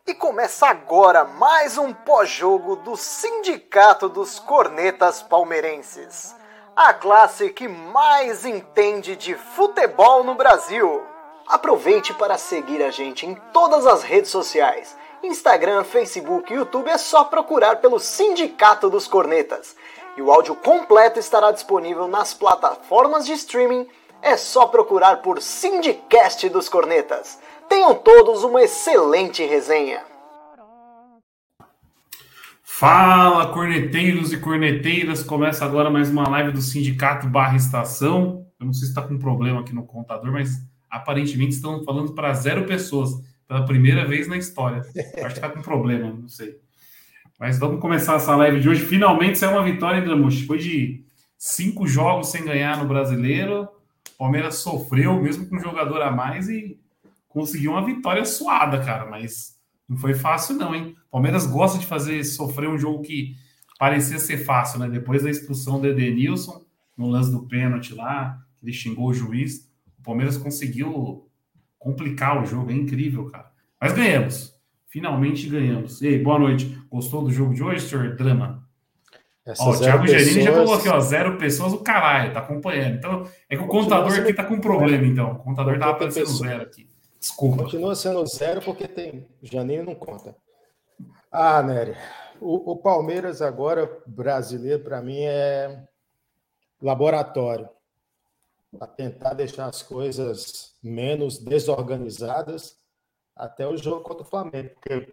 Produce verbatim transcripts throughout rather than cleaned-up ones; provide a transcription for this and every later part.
E começa agora mais um pós-jogo do Sindicato dos Cornetas Palmeirenses, a classe que mais entende de futebol no Brasil. Aproveite para seguir a gente em todas as redes sociais. Instagram, Facebook e YouTube é só procurar pelo Sindicato dos Cornetas. E o áudio completo estará disponível nas plataformas de streaming. É só procurar por Sindicast dos Cornetas. Tenham todos uma excelente resenha. Fala, corneteiros e corneteiras. Começa agora mais uma live do Sindicato barra Estação. Eu não sei se está com problema aqui no computador, mas aparentemente estão falando para zero pessoas pela primeira vez na história. Acho que está com problema, não sei. Mas vamos começar essa live de hoje. Finalmente saiu uma vitória, hein, Dramush? Depois de cinco jogos sem ganhar no Brasileiro, o Palmeiras sofreu, mesmo com um jogador a mais, e conseguiu uma vitória suada, cara. Mas não foi fácil, não, hein? O Palmeiras gosta de fazer sofrer um jogo que parecia ser fácil, né? Depois da expulsão do Edenilson, no lance do pênalti lá, que ele xingou o juiz, o Palmeiras conseguiu complicar o jogo. É incrível, cara. Mas ganhamos. Finalmente ganhamos. E aí, boa noite. Gostou do jogo de hoje, senhor Drama? Ó, o Thiago pessoas... Gerini já colocou aqui, ó, zero pessoas, o caralho, tá acompanhando. Então, é que o Continua contador sendo... aqui tá com problema, então. O contador tava aparecendo pessoa... zero aqui. Desculpa. Continua sendo zero porque tem... Janine não conta. Ah, Nery, o, o Palmeiras agora, brasileiro, para mim, é laboratório. Para tentar deixar as coisas menos desorganizadas até o jogo contra o Flamengo. Porque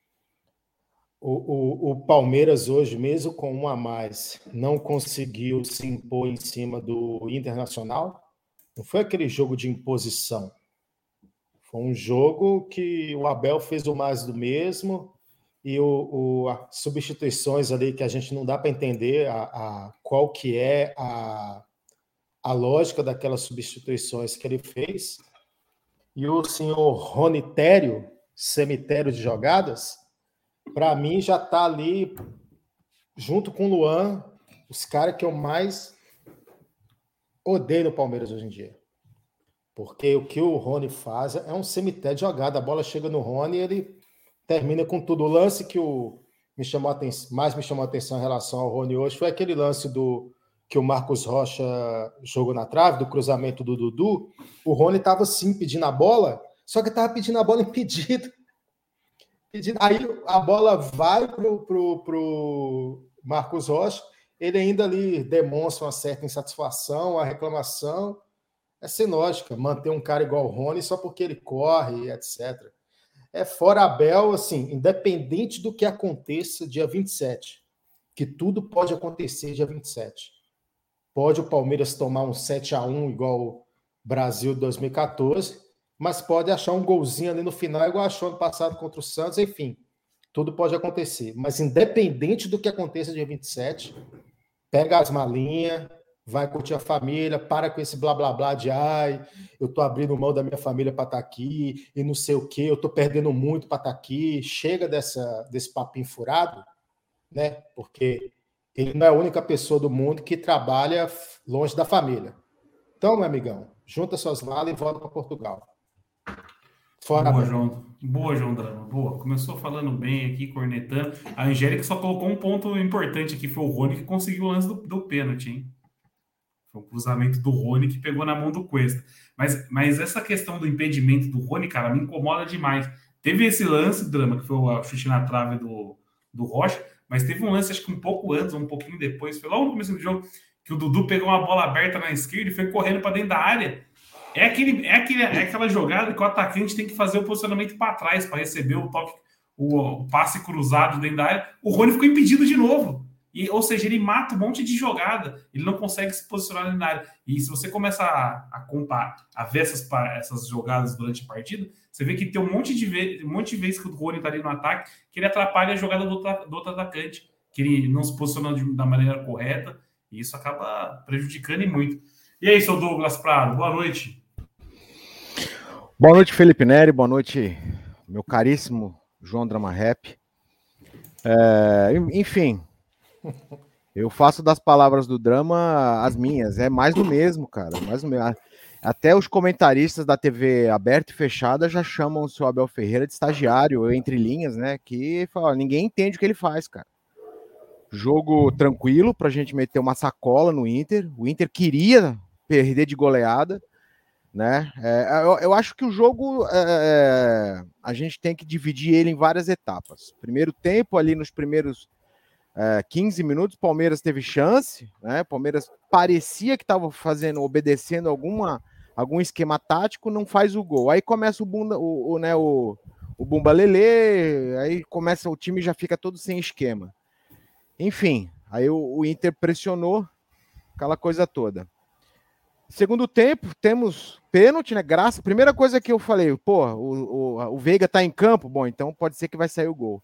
o, o, o Palmeiras hoje, mesmo com um a mais, não conseguiu se impor em cima do Internacional. Não foi aquele jogo de imposição. Foi um jogo que o Abel fez o mais do mesmo e o, o, as substituições ali que a gente não dá para entender a, a, qual que é a, a lógica daquelas substituições que ele fez. E o senhor Ronitério, cemitério de jogadas, para mim já está ali, junto com o Luan, os caras que eu mais odeio no Palmeiras hoje em dia. Porque o que o Rony faz é um cemitério de jogada. A bola chega no Rony e ele termina com tudo. O lance que o, me chamou a atenção, mais me chamou a atenção em relação ao Rony hoje foi aquele lance do, que o Marcos Rocha jogou na trave, do cruzamento do Dudu. O Rony estava sim pedindo a bola, só que estava pedindo a bola impedido. Pedindo. Aí a bola vai para o pro, pro Marcos Rocha, ele ainda ali demonstra uma certa insatisfação, a reclamação. É sem lógica manter um cara igual o Rony só porque ele corre, etcétera. É fora Abel, assim, independente do que aconteça dia vinte e sete, que tudo pode acontecer dia vinte e sete. Pode o Palmeiras tomar um sete a um igual o Brasil de dois mil e catorze, mas pode achar um golzinho ali no final igual achou no passado contra o Santos, enfim. Tudo pode acontecer. Mas independente do que aconteça dia vinte e sete, pega as malinhas, vai curtir a família, para com esse blá blá blá de ai, eu tô abrindo mão da minha família para estar aqui, e não sei o quê, eu tô perdendo muito para estar aqui. Chega dessa, desse papinho furado, né? Porque ele não é a única pessoa do mundo que trabalha longe da família. Então, meu amigão, junta suas malas e volta para Portugal. Fora boa, João. Boa, João Drama. Boa. Começou falando bem aqui, cornetando. A Angélica só colocou um ponto importante aqui, foi o Rony que conseguiu o lance do, do pênalti, hein? Foi o cruzamento do Rony que pegou na mão do Cuesta. Mas, mas essa questão do impedimento do Rony, cara, me incomoda demais. Teve esse lance, Drama, que foi o chute na trave do, do Rocha, mas teve um lance, acho que um pouco antes, um pouquinho depois, foi logo no começo do jogo, que o Dudu pegou uma bola aberta na esquerda e foi correndo para dentro da área. É, aquele, é, aquele, é aquela jogada que o atacante tem que fazer o posicionamento para trás, para receber o toque, o, o passe cruzado dentro da área. O Rony ficou impedido de novo. E, ou seja, ele mata um monte de jogada, ele não consegue se posicionar na área. E se você começa a, a, comparar, a ver essas, essas jogadas durante a partida, você vê que tem um monte de vezes, um monte de vezes que o Rony está ali no ataque, que ele atrapalha a jogada do, do outro atacante, que ele não se posiciona de, da maneira correta, e isso acaba prejudicando e muito. E aí, seu Douglas Prado, boa noite. Boa noite, Felipe Neri, boa noite, meu caríssimo João Drama Rap. É, enfim... Eu faço das palavras do Drama as minhas. É mais do mesmo, cara. Mais do mesmo. Até os comentaristas da T V aberta e fechada já chamam o seu Abel Ferreira de estagiário, entre linhas, né? Que fala, ninguém entende o que ele faz, cara. Jogo tranquilo pra gente meter uma sacola no Inter. O Inter queria perder de goleada, né? É, eu, eu acho que o jogo é, a gente tem que dividir ele em várias etapas. Primeiro tempo, ali nos primeiros é, quinze minutos, o Palmeiras teve chance, né? O Palmeiras parecia que estava fazendo, obedecendo alguma, algum esquema tático, não faz o gol. Aí começa o bunda, o, o, né, o, o Bumba Lelê, aí começa, o time já fica todo sem esquema. Enfim, aí o, o Inter pressionou, aquela coisa toda. Segundo tempo, temos pênalti, né? Graça. Primeira coisa que eu falei, pô, o, o, o Veiga tá em campo, bom, então pode ser que vai sair o gol.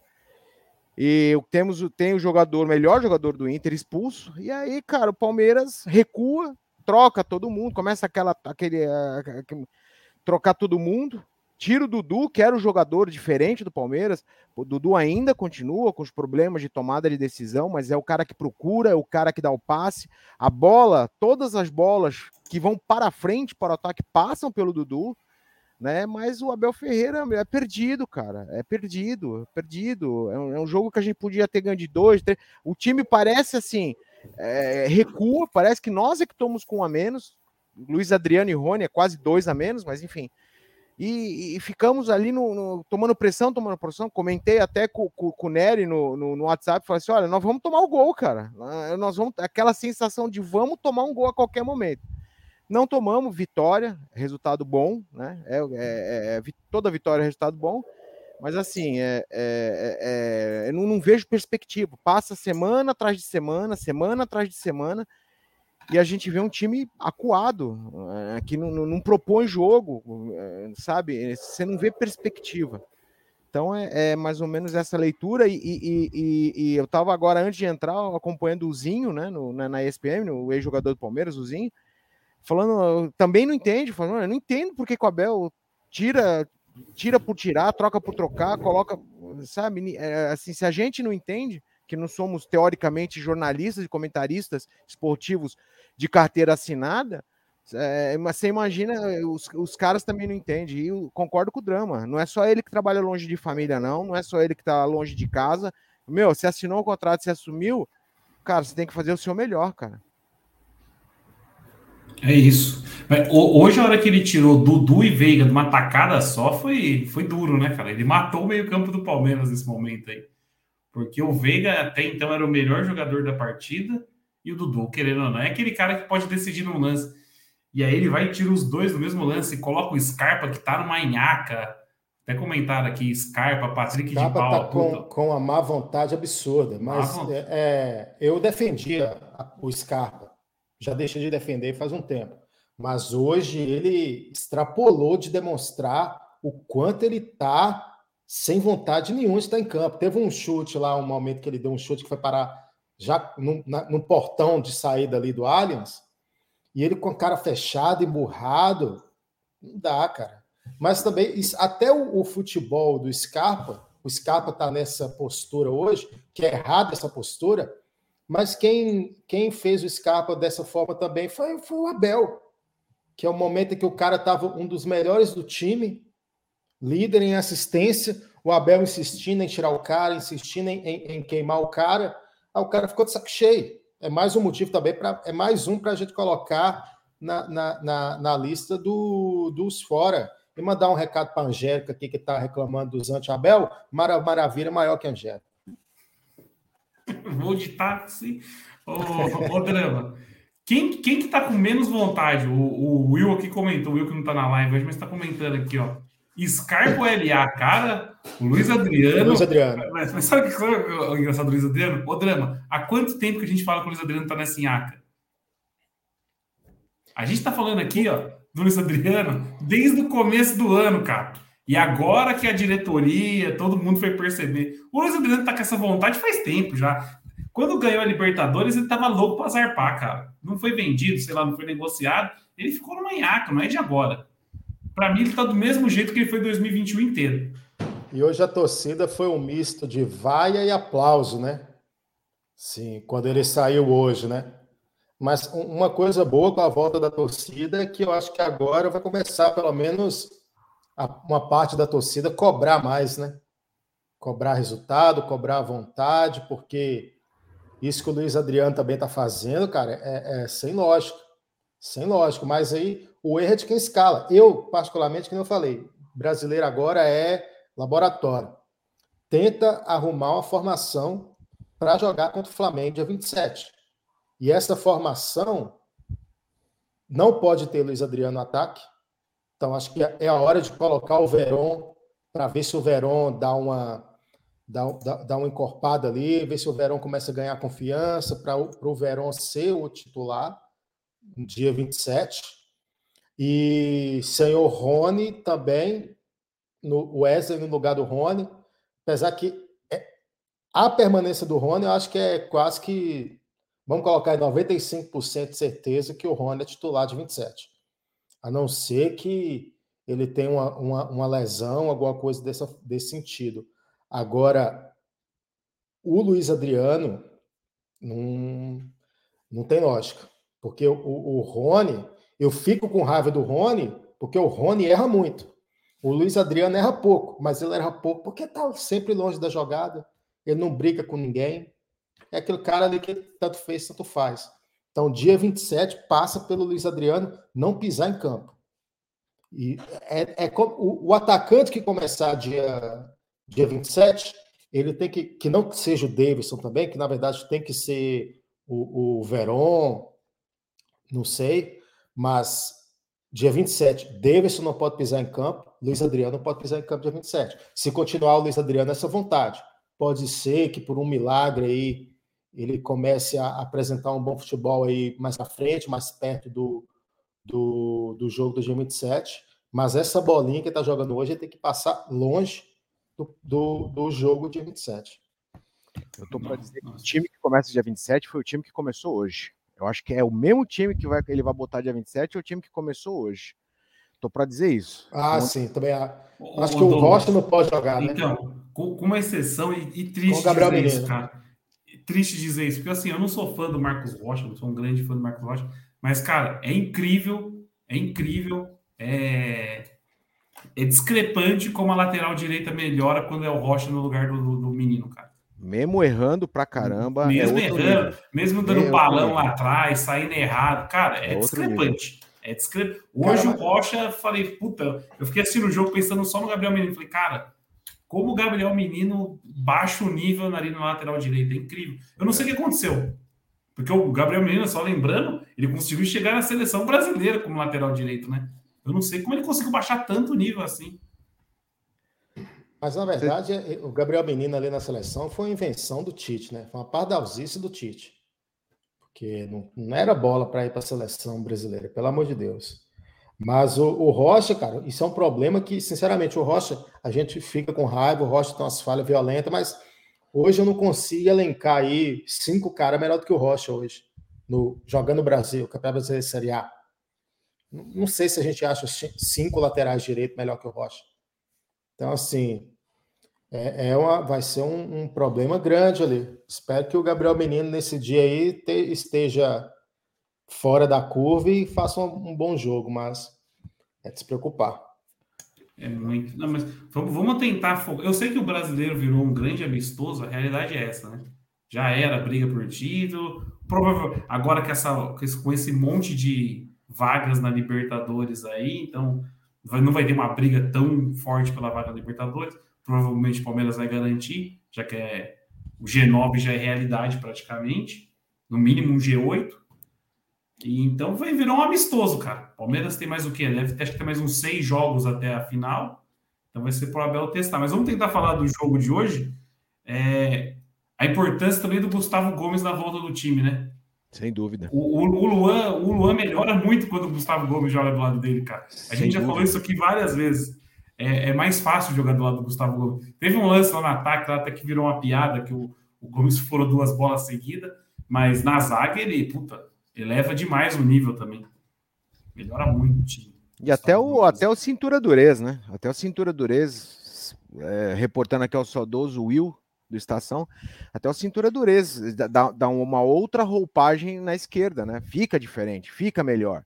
E temos tem o jogador, o melhor jogador do Inter expulso, e aí, cara, o Palmeiras recua, troca todo mundo, começa aquela, aquele, aquele trocar todo mundo, tira o Dudu, que era o jogador diferente do Palmeiras. O Dudu ainda continua com os problemas de tomada de decisão, mas é o cara que procura, é o cara que dá o passe. A bola, todas as bolas que vão para frente, para o ataque, passam pelo Dudu, né? Mas o Abel Ferreira é perdido, cara. É perdido, é perdido. É um, é um jogo que a gente podia ter ganho de dois, três. O time parece assim, é, recua, parece que nós é que estamos com um a menos. Luiz Adriano e Rony é quase dois a menos, mas enfim. E, e ficamos ali no, no, tomando pressão, tomando pressão. Comentei até com, com, com o Nery no, no, no WhatsApp, falei assim, olha, nós vamos tomar o gol, cara. Nós vamos, aquela sensação de vamos tomar um gol a qualquer momento. Não tomamos, vitória, resultado bom, né? É, é, é, toda vitória é resultado bom, mas assim, é, é, é, eu não, não vejo perspectiva. Passa semana atrás de semana, semana atrás de semana, e a gente vê um time acuado, é, que não, não, não propõe jogo, é, sabe? Você não vê perspectiva. Então é, é mais ou menos essa leitura, e, e, e, e eu estava agora, antes de entrar, acompanhando o Zinho, né, no, na, na E S P N, o ex-jogador do Palmeiras, o Zinho, falando, também não entende, falando, eu não entendo porque que o Abel tira, tira por tirar, troca por trocar, coloca, sabe, é, assim, se a gente não entende, que não somos teoricamente jornalistas e comentaristas esportivos de carteira assinada, é, você imagina, os, os caras também não entendem, e eu concordo com o Drama, não é só ele que trabalha longe de família não, não é só ele que tá longe de casa, meu, você assinou um contrato, você assumiu, cara, você tem que fazer o seu melhor, cara. É isso. Mas, hoje, a hora que ele tirou Dudu e Veiga de uma tacada só, foi, foi duro, né, cara? Ele matou o meio-campo do Palmeiras nesse momento aí. Porque o Veiga até então era o melhor jogador da partida e o Dudu, querendo ou não, é aquele cara que pode decidir num lance. E aí ele vai e tira os dois no mesmo lance e coloca o Scarpa, que tá numa nhaca. Até comentaram aqui, Scarpa, Patrick Scarpa de Paula. Tá com, com a má vontade absurda, mas má... É, é, eu defendia o Scarpa. Já deixei de defender faz um tempo. Mas hoje ele extrapolou de demonstrar o quanto ele está sem vontade nenhuma de estar em campo. Teve um chute lá, um momento que ele deu um chute que foi parar já no, na, no portão de saída ali do Allianz, e ele com a cara fechada, emburrado. Não dá, cara. Mas também, até o, o futebol do Scarpa, o Scarpa está nessa postura hoje, que é errada essa postura, mas quem, quem fez o Scarpa dessa forma também foi, foi o Abel, que é o momento em que o cara estava um dos melhores do time, líder em assistência, o Abel insistindo em tirar o cara, insistindo em, em, em queimar o cara, aí o cara ficou de saco cheio. É mais um motivo também, pra, é mais um para a gente colocar na, na, na, na lista do, dos fora. E mandar um recado para a Angélica aqui, que está reclamando dos anti-Abel, Mara, maravilha maior que a Angélica. Vou de táxi. Ô, ô Drama, quem, quem que tá com menos vontade? O, o Will aqui comentou, o Will que não tá na live hoje, mas tá comentando aqui, ó. Scarpa L A, cara, o Luiz Adriano. Luiz Adriano. Mas, mas sabe o que é o engraçado do Luiz Adriano? Ô, Drama, há quanto tempo que a gente fala que o Luiz Adriano tá nessa nhaca? A gente tá falando aqui, ó, do Luiz Adriano desde o começo do ano, cara. E agora que a diretoria, todo mundo foi perceber. O Luiz Adriano tá com essa vontade faz tempo já. Quando ganhou a Libertadores, ele tava louco pra zarpar, cara. Não foi vendido, sei lá, não foi negociado. Ele ficou numa nhaca, não é de agora. Pra mim, ele tá do mesmo jeito que ele foi em dois mil e vinte e um inteiro. E hoje a torcida foi um misto de vaia e aplauso, né? Sim, quando ele saiu hoje, né? Mas uma coisa boa com a volta da torcida é que eu acho que agora vai começar, pelo menos, uma parte da torcida cobrar mais, né? Cobrar resultado, cobrar vontade, porque isso que o Luiz Adriano também está fazendo, cara, é, é sem lógica. Sem lógica. Mas aí o erro é de quem escala. Eu, particularmente, como eu falei, brasileiro agora é laboratório. Tenta arrumar uma formação para jogar contra o Flamengo dia vinte e sete. E essa formação não pode ter Luiz Adriano no ataque. Então, acho que é a hora de colocar o Verón para ver se o Verón dá uma, dá, dá, dá uma encorpada ali, ver se o Verón começa a ganhar confiança para o Verón ser o titular no dia vinte e sete. E senhor Rony também, no Wesley no lugar do Rony, apesar que a permanência do Rony, eu acho que é quase que, vamos colocar em noventa e cinco por cento de certeza que o Rony é titular de vinte e sete. A não ser que ele tenha uma, uma, uma lesão, alguma coisa dessa, desse sentido. Agora, o Luiz Adriano não, não tem lógica. Porque o, o, o Rony, eu fico com raiva do Rony, porque o Rony erra muito. O Luiz Adriano erra pouco, mas ele erra pouco porque está sempre longe da jogada. Ele não briga com ninguém. É aquele cara ali que tanto fez, tanto faz. Então, dia vinte e sete passa pelo Luiz Adriano não pisar em campo. E é, é o, o atacante que começar dia, dia vinte e sete, ele tem que, que não seja o Davidson também, que na verdade tem que ser o, o Verón, não sei, mas dia vinte e sete, Davidson não pode pisar em campo, Luiz Adriano não pode pisar em campo dia vinte e sete. Se continuar o Luiz Adriano nessa vontade, pode ser que por um milagre aí ele comece a apresentar um bom futebol aí mais à frente, mais perto do, do, do jogo do dia vinte e sete, mas essa bolinha que ele está jogando hoje ele tem que passar longe do, do, do jogo dia vinte e sete. Eu estou para dizer que o time que começa dia vinte e sete foi o time que começou hoje. Eu acho que é o mesmo time que vai, ele vai botar dia vinte e sete, é o time que começou hoje. Estou para dizer isso. Ah, então, sim, também acho. Acho que o Rocha não pode jogar, né? Então, com, com uma exceção, e, e triste dizer Menino. isso, cara. Triste dizer isso, porque assim, eu não sou fã do Marcos Rocha, não sou um grande fã do Marcos Rocha, mas, cara, é incrível, é incrível, é, é discrepante como a lateral direita melhora quando é o Rocha no lugar do, do, do menino, cara. Mesmo errando pra caramba. Mesmo é outro errando, nível. mesmo dando é balão lá atrás, saindo errado, cara, é, é discrepante. É discrepante. Hoje cara, o Rocha, falei, puta, eu fiquei assistindo o jogo pensando só no Gabriel Menino, falei, cara, como o Gabriel Menino baixa o nível ali no lateral direito, é incrível. Eu não sei o que aconteceu, porque o Gabriel Menino, só lembrando, ele conseguiu chegar na seleção brasileira como lateral direito, né? Eu não sei como ele conseguiu baixar tanto nível assim. Mas, na verdade, Você... o Gabriel Menino ali na seleção foi uma invenção do Tite, né? Foi uma pardalzice do Tite. Porque não, não era bola para ir para a seleção brasileira, pelo amor de Deus. Mas o, o Rocha, cara, isso é um problema que, sinceramente, o Rocha, a gente fica com raiva, o Rocha tem umas falhas violentas, mas hoje eu não consigo elencar aí cinco caras melhor do que o Rocha hoje, no, jogando no Brasil, Campeonato Brasileiro Série A. Não, não sei se a gente acha cinco laterais direito melhor que o Rocha. Então, assim, é, é uma, vai ser um, um problema grande ali. Espero que o Gabriel Menino, nesse dia aí, te, esteja fora da curva e faça um, um bom jogo, mas é de se preocupar. É muito. Não, mas vamos, vamos tentar. Eu sei que o brasileiro virou um grande amistoso, a realidade é essa, né? Já era briga por título. Provavelmente, agora que essa, com esse monte de vagas na Libertadores aí, então não vai ter uma briga tão forte pela vaga da Libertadores. Provavelmente o Palmeiras vai garantir, já que é, o G nove já é realidade praticamente, no mínimo um G oito. E então vai virar um amistoso, cara. Palmeiras tem mais o quê? Deve ter, acho que tem mais uns seis jogos até a final. Então vai ser pro Abel testar. Mas vamos tentar falar do jogo de hoje. É, a importância também do Gustavo Gomes na volta do time, né? Sem dúvida. O, o, o, Luan, o Luan melhora muito quando o Gustavo Gomes joga do lado dele, cara. A Sem gente já dúvida. falou isso aqui várias vezes. É, é mais fácil jogar do lado do Gustavo Gomes. Teve um lance lá no ataque, lá até que virou uma piada, que o, o Gomes furou duas bolas seguidas, mas na zaga ele, puta, eleva demais o nível também. Melhora muito o time. E até o, até o Cintura Durez, né? Até o Cintura Durez, é, reportando aqui ao saudoso Will, do Estação, até o Cintura Dureza, dá, dá uma outra roupagem na esquerda, né? Fica diferente, fica melhor.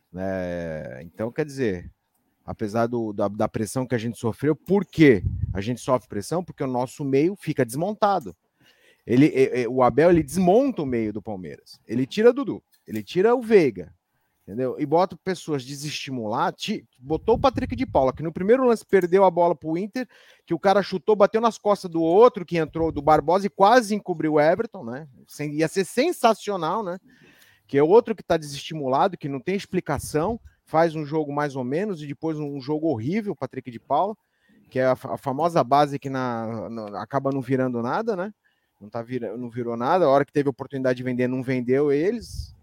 Né? Então, quer dizer, apesar do, da, da pressão que a gente sofreu, por quê? A gente sofre pressão porque o nosso meio fica desmontado. Ele, ele, o Abel, ele desmonta o meio do Palmeiras. Ele tira Dudu, ele tira o Veiga, entendeu? E bota pessoas desestimular, t- botou o Patrick de Paula, que no primeiro lance perdeu a bola pro Inter, que o cara chutou, bateu nas costas do outro, que entrou, do Barbosa, e quase encobriu o Everton, né? Sem, ia ser sensacional, né? Que é outro que tá desestimulado, que não tem explicação, faz um jogo mais ou menos, e depois um jogo horrível, o Patrick de Paula, que é a, a famosa base que na, na, acaba não virando nada, né? Não, tá vira, não virou nada, a hora que teve a oportunidade de vender, não vendeu eles.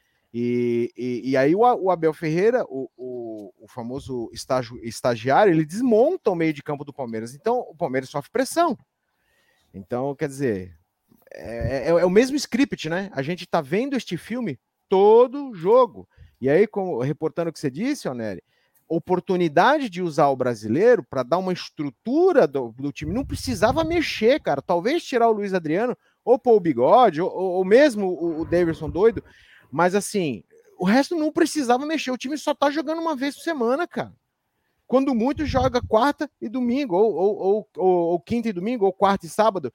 E, e, e aí o, o Abel Ferreira, o, o, o famoso estágio, estagiário, ele desmonta o meio de campo do Palmeiras. Então o Palmeiras sofre pressão. Então, quer dizer, é, é, é o mesmo script, né? A gente tá vendo este filme todo jogo. E aí, como, reportando o que você disse, Onelli, oportunidade de usar o brasileiro para dar uma estrutura do, do time. Não precisava mexer, cara. Talvez tirar o Luiz Adriano, ou pôr o Bigode, ou, ou mesmo o, o Davidson doido. Mas assim, o resto não precisava mexer. O time só tá jogando uma vez por semana, cara. Quando muito, joga quarta e domingo, ou, ou, ou, ou, ou quinta e domingo, ou quarta e sábado.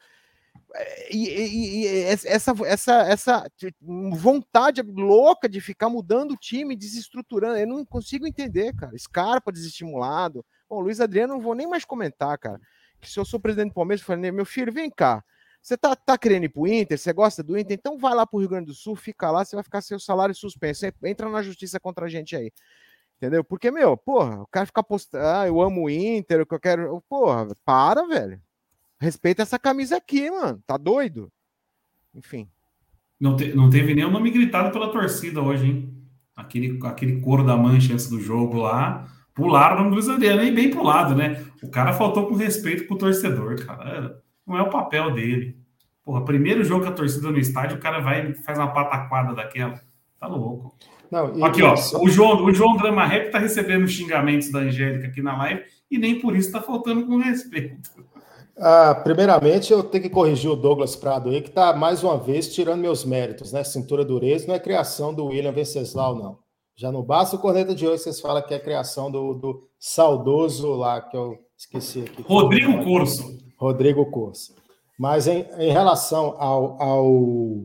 E, e, e essa, essa, essa vontade louca de ficar mudando o time, desestruturando, eu não consigo entender, cara. Scarpa desestimulado. Bom, Luiz Adriano, não vou nem mais comentar, cara. Que se eu sou presidente do Palmeiras, eu falei, meu filho, vem cá. Você tá, tá querendo ir pro Inter, você gosta do Inter, então vai lá pro Rio Grande do Sul, fica lá, você vai ficar seu salário suspenso. Você entra na justiça contra a gente aí. Entendeu? Porque, meu, porra, o cara fica postando, ah, eu amo o Inter, o que eu quero. Porra, para, velho. Respeita essa camisa aqui, mano. Tá doido? Enfim. Não, te, não teve nenhum nome gritado pela torcida hoje, hein? Aquele, aquele coro da Mancha antes do jogo lá. Pularam o nome do Luiz Adriano, nem bem pulado, né? O cara faltou com respeito pro torcedor, cara. Não é o papel dele. Porra, primeiro jogo com a torcida no estádio, o cara vai e faz uma pataquada daquela. Tá louco. Não, e, aqui, ó. só... O João, o João Drama Rap tá recebendo xingamentos da Angélica aqui na live e nem por isso tá faltando com respeito. Ah, primeiramente, eu tenho que corrigir o Douglas Prado aí, que está, mais uma vez, tirando meus méritos, né? Cintura Dureza não é criação do William Venceslau, não. Já não basta o corneta de hoje, vocês falam que é criação do, do saudoso lá, que eu esqueci aqui. Rodrigo Corso. Rodrigo Corso. Mas em, em relação ao, ao,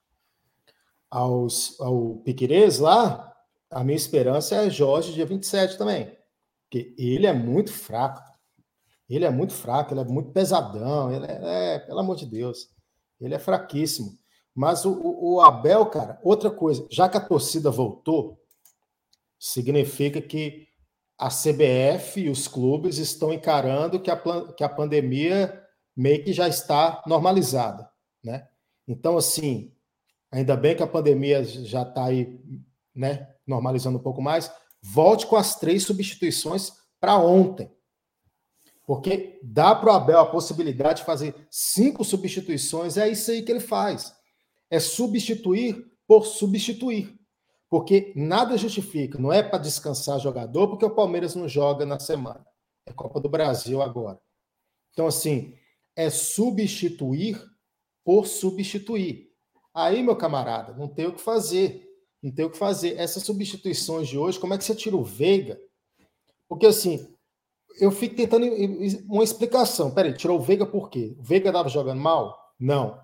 aos, ao Piquerez lá, a minha esperança é Jorge, dia vinte e sete também. Porque ele é muito fraco. Ele é muito fraco, ele é muito pesadão, ele é, é pelo amor de Deus, ele é fraquíssimo. Mas o, o, o Abel, cara, outra coisa, já que a torcida voltou, significa que a C B F e os clubes estão encarando que a, que a pandemia meio que já está normalizada, né? Então, assim, ainda bem que a pandemia já está aí, né, normalizando um pouco mais, volte com as três substituições para ontem. Porque dá para o Abel a possibilidade de fazer cinco substituições, é isso aí que ele faz. É substituir por substituir. Porque nada justifica, não é para descansar jogador, porque o Palmeiras não joga na semana. É Copa do Brasil agora. Então, assim, é substituir por substituir. Aí, meu camarada, não tem o que fazer. Não tem o que fazer. Essas substituições de hoje, como é que você tira o Veiga? Porque, assim, eu fico tentando uma explicação. Peraí, tirou o Veiga por quê? O Veiga estava jogando mal? Não.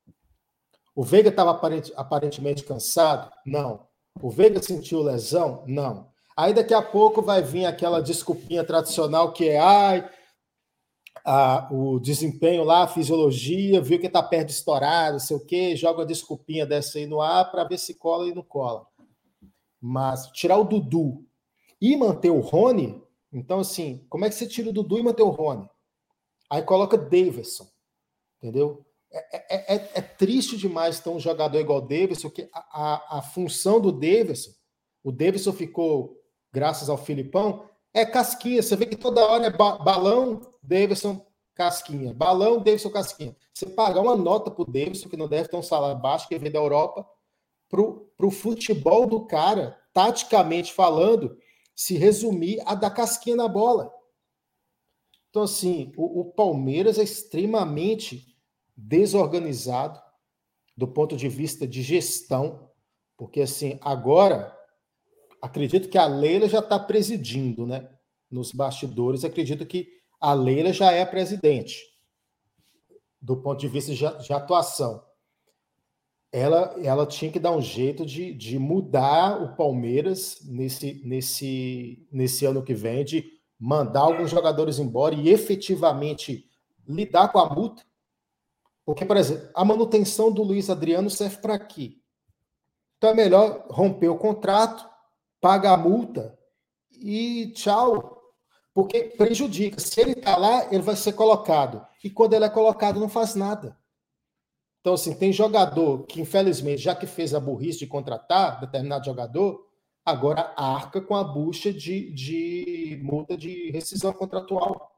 O Veiga estava aparent, aparentemente cansado? Não. O Veiga sentiu lesão? Não. Aí daqui a pouco vai vir aquela desculpinha tradicional que é ai, a, o desempenho lá, a fisiologia, viu que está perto de estourar, não sei o quê, joga a desculpinha dessa aí no ar para ver se cola e não cola. Mas tirar o Dudu e manter o Rony... Então, assim, como é que você tira o Dudu e mantém o Rony? Aí coloca Davidson, entendeu? É, é, é triste demais ter um jogador igual o Davidson, que a, a, a função do Davidson, o Davidson ficou, graças ao Filipão, é casquinha. Você vê que toda hora é ba balão, Davidson, casquinha. Balão, Davidson, casquinha. Você pagar uma nota pro Davidson, que não deve ter um salário baixo, que vem da Europa, pro, pro futebol do cara, taticamente falando, se resumir a dar casquinha na bola. Então, assim, o, o Palmeiras é extremamente desorganizado do ponto de vista de gestão, porque assim, agora acredito que a Leila já está presidindo, né? Nos bastidores, acredito que a Leila já é a presidente, do ponto de vista de, de atuação. Ela, ela tinha que dar um jeito de, de mudar o Palmeiras nesse, nesse, nesse ano que vem, de mandar alguns jogadores embora e efetivamente lidar com a multa. Porque, por exemplo, a manutenção do Luiz Adriano serve para quê? Então é melhor romper o contrato, pagar a multa e tchau. Porque prejudica. Se ele está lá, ele vai ser colocado. E quando ele é colocado, não faz nada. Então, assim, tem jogador que, infelizmente, já que fez a burrice de contratar determinado jogador, agora arca com a bucha de, de multa de rescisão contratual.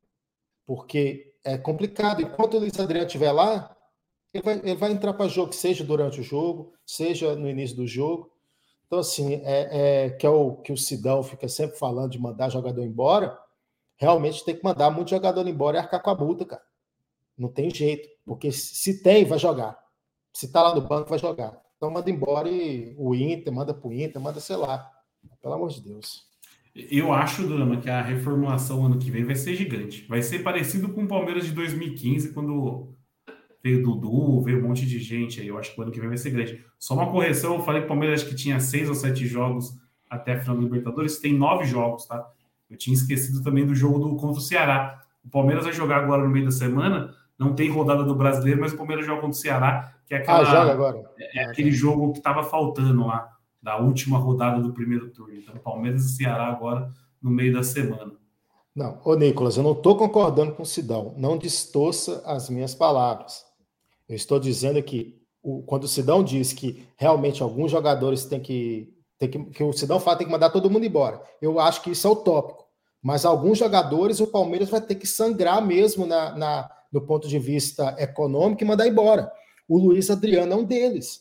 Porque é complicado. Enquanto o Luiz Adriano estiver lá, ele vai, ele vai entrar para jogo, seja durante o jogo, seja no início do jogo. Então, assim, é, é, que é o que o Sidão fica sempre falando de mandar jogador embora, realmente tem que mandar muito jogador embora e arcar com a multa, cara. Não tem jeito. Porque se tem, vai jogar. Se tá lá no banco, vai jogar. Então manda embora e o Inter, manda pro Inter, manda, sei lá. Pelo amor de Deus. Eu acho, Drama, que a reformulação ano que vem vai ser gigante. Vai ser parecido com o Palmeiras de dois mil e quinze, quando veio o Dudu, veio um monte de gente aí. Eu acho que o ano que vem vai ser grande. Só uma correção, eu falei que o Palmeiras acho que tinha seis ou sete jogos até a final da Libertadores. Tem nove jogos, tá? Eu tinha esquecido também do jogo do, contra o Ceará. O Palmeiras vai jogar agora no meio da semana. Não tem rodada do Brasileiro, mas o Palmeiras joga contra o Ceará, que é, aquela, ah, joga agora. é, é aquele jogo que estava faltando lá, da última rodada do primeiro turno. Então, Palmeiras e Ceará agora no meio da semana. Não, ô Nicolas, eu não estou concordando com o Sidão. Não distorça as minhas palavras. Eu estou dizendo que o, quando o Sidão diz que realmente alguns jogadores têm que, têm que... que o Sidão fala que tem que mandar todo mundo embora. Eu acho que isso é utópico. Mas alguns jogadores o Palmeiras vai ter que sangrar mesmo na... na do ponto de vista econômico, e mandar embora. O Luiz Adriano é um deles.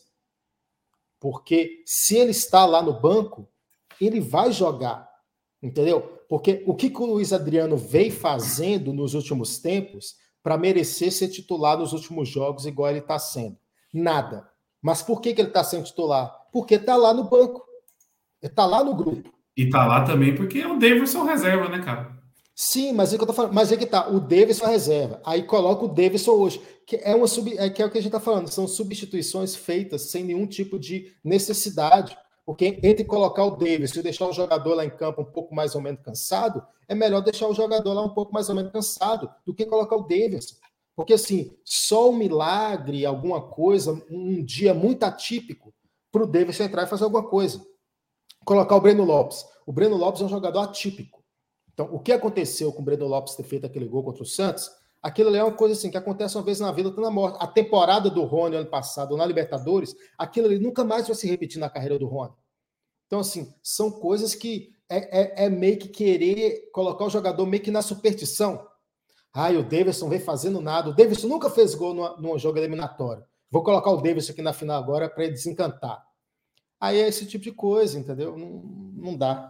Porque se ele está lá no banco, ele vai jogar. Entendeu? Porque o que, que o Luiz Adriano veio fazendo nos últimos tempos para merecer ser titular nos últimos jogos, igual ele está sendo? Nada. Mas por que, que ele está sendo titular? Porque está lá no banco. Ele está lá no grupo. E está lá também porque o Davidson reserva, né, cara? Sim, mas é que eu tô falando, mas é que tá, o Davidson é reserva. Aí coloca o Davidson hoje, que é uma sub, é, que é o que a gente tá falando, são substituições feitas sem nenhum tipo de necessidade. Porque entre colocar o Davidson e deixar o jogador lá em campo um pouco mais ou menos cansado, é melhor deixar o jogador lá um pouco mais ou menos cansado do que colocar o Davidson. Porque assim, só um milagre, alguma coisa, um dia muito atípico para o Davidson entrar e fazer alguma coisa. Colocar o Breno Lopes. O Breno Lopes é um jogador atípico. Então, o que aconteceu com o Breno Lopes ter feito aquele gol contra o Santos, aquilo ali é uma coisa assim, que acontece uma vez na vida, outra na morte. A temporada do Rony ano passado, na Libertadores, aquilo ali nunca mais vai se repetir na carreira do Rony. Então, assim, são coisas que é, é, é meio que querer colocar o jogador meio que na superstição. Ah, o Davidson vem fazendo nada. O Davidson nunca fez gol numa, num jogo eliminatório. Vou colocar o Davidson aqui na final agora para ele desencantar. Aí é esse tipo de coisa, entendeu? Não, não dá.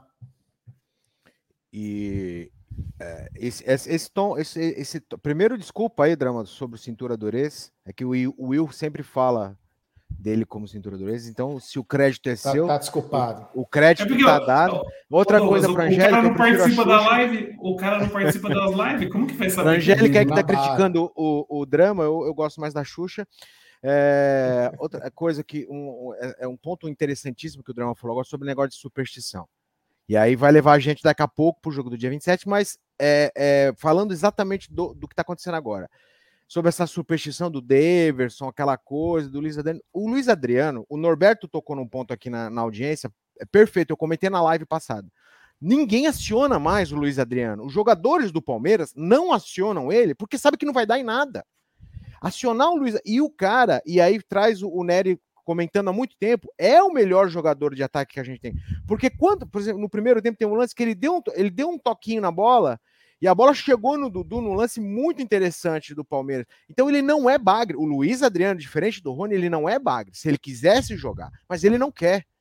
E é, esse, esse, esse tom, esse, esse primeiro, desculpa aí, Drama, sobre o Cintura Durez, é que o Will, o Will sempre fala dele como Cintura Durez, então se o crédito é tá, seu, tá desculpado. O, o crédito é tá dado. Outra ô, coisa para Angélica, o cara não participa da live, o cara não participa das lives, como que vai saber? A Angélica aí que tá criticando o, o Drama, eu, eu gosto mais da Xuxa. É, outra coisa que um, é, é um ponto interessantíssimo que o Drama falou agora sobre o negócio de superstição. E aí vai levar a gente daqui a pouco para o jogo do dia vinte e sete, mas é, é, falando exatamente do, do que está acontecendo agora. Sobre essa superstição do Daverson, aquela coisa, do Luiz Adriano. O Luiz Adriano, o Norberto tocou num ponto aqui na, na audiência, é perfeito, eu comentei na live passada. Ninguém aciona mais o Luiz Adriano. Os jogadores do Palmeiras não acionam ele porque sabe que não vai dar em nada. Acionar o Luiz... E o cara, e aí traz o, o Nery comentando há muito tempo, é o melhor jogador de ataque que a gente tem. Porque quando, por exemplo, no primeiro tempo tem um lance que ele deu um, ele deu um toquinho na bola e a bola chegou no Dudu num lance muito interessante do Palmeiras. Então ele não é bagre. O Luiz Adriano, diferente do Rony, ele não é bagre. Se ele quisesse jogar, mas ele não quer.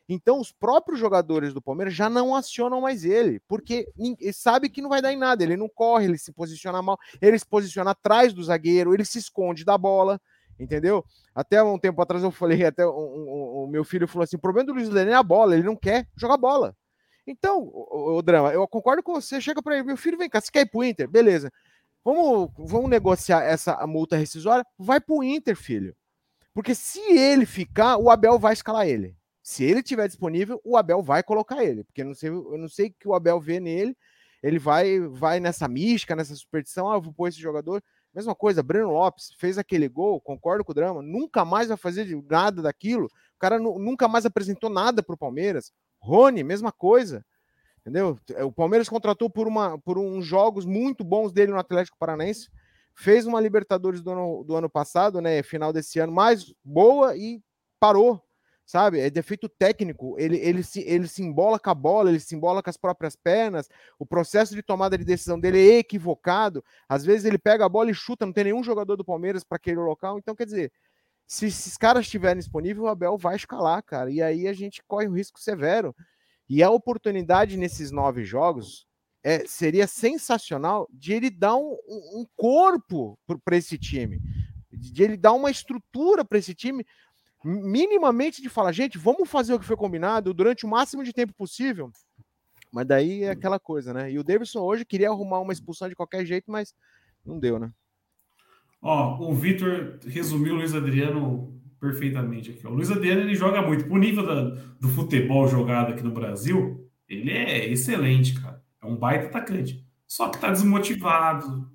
Então, os próprios jogadores do Palmeiras já não acionam mais ele, porque ele sabe que não vai dar em nada, ele não corre, ele se posiciona mal, ele se posiciona atrás do zagueiro, ele se esconde da bola, entendeu? Até um tempo atrás eu falei, até o um, um, um, meu filho falou assim, o problema do Luiz Adriano é a bola, ele não quer jogar bola. Então, o, o Drama, eu concordo com você, chega para ele, meu filho, vem cá, você quer ir pro Inter? Beleza. Vamos, vamos negociar essa multa rescisória? Vai pro Inter, filho. Porque se ele ficar, o Abel vai escalar ele. Se ele estiver disponível, o Abel vai colocar ele. Porque eu não sei, eu não sei o que o Abel vê nele. Ele vai, vai nessa mística, nessa superstição. Ah, eu vou pôr esse jogador. Mesma coisa, Breno Lopes fez aquele gol, concordo com o Drama, nunca mais vai fazer nada daquilo. O cara nunca mais apresentou nada pro Palmeiras. Rony, mesma coisa. Entendeu? O Palmeiras contratou por, uma, por uns jogos muito bons dele no Atlético Paranaense. Fez uma Libertadores do ano, do ano passado, né? Final desse ano, mais boa e parou. Sabe? É defeito técnico. Ele, ele, se, ele se embola com a bola, ele se embola com as próprias pernas. O processo de tomada de decisão dele é equivocado. Às vezes ele pega a bola e chuta, não tem nenhum jogador do Palmeiras para aquele local. Então, quer dizer, se esses caras estiverem disponíveis, o Abel vai escalar, cara. E aí a gente corre um risco severo. E a oportunidade nesses nove jogos é, seria sensacional de ele dar um, um corpo para esse time, de ele dar uma estrutura para esse time, minimamente de falar, gente, vamos fazer o que foi combinado durante o máximo de tempo possível. Mas daí é aquela coisa, né? E o Davidson hoje queria arrumar uma expulsão de qualquer jeito, mas não deu, né? Ó, o Vitor resumiu o Luiz Adriano perfeitamente aqui. O Luiz Adriano, ele joga muito. Pro nível da, do futebol jogado aqui no Brasil, ele é excelente, cara. É um baita atacante. Só que tá desmotivado.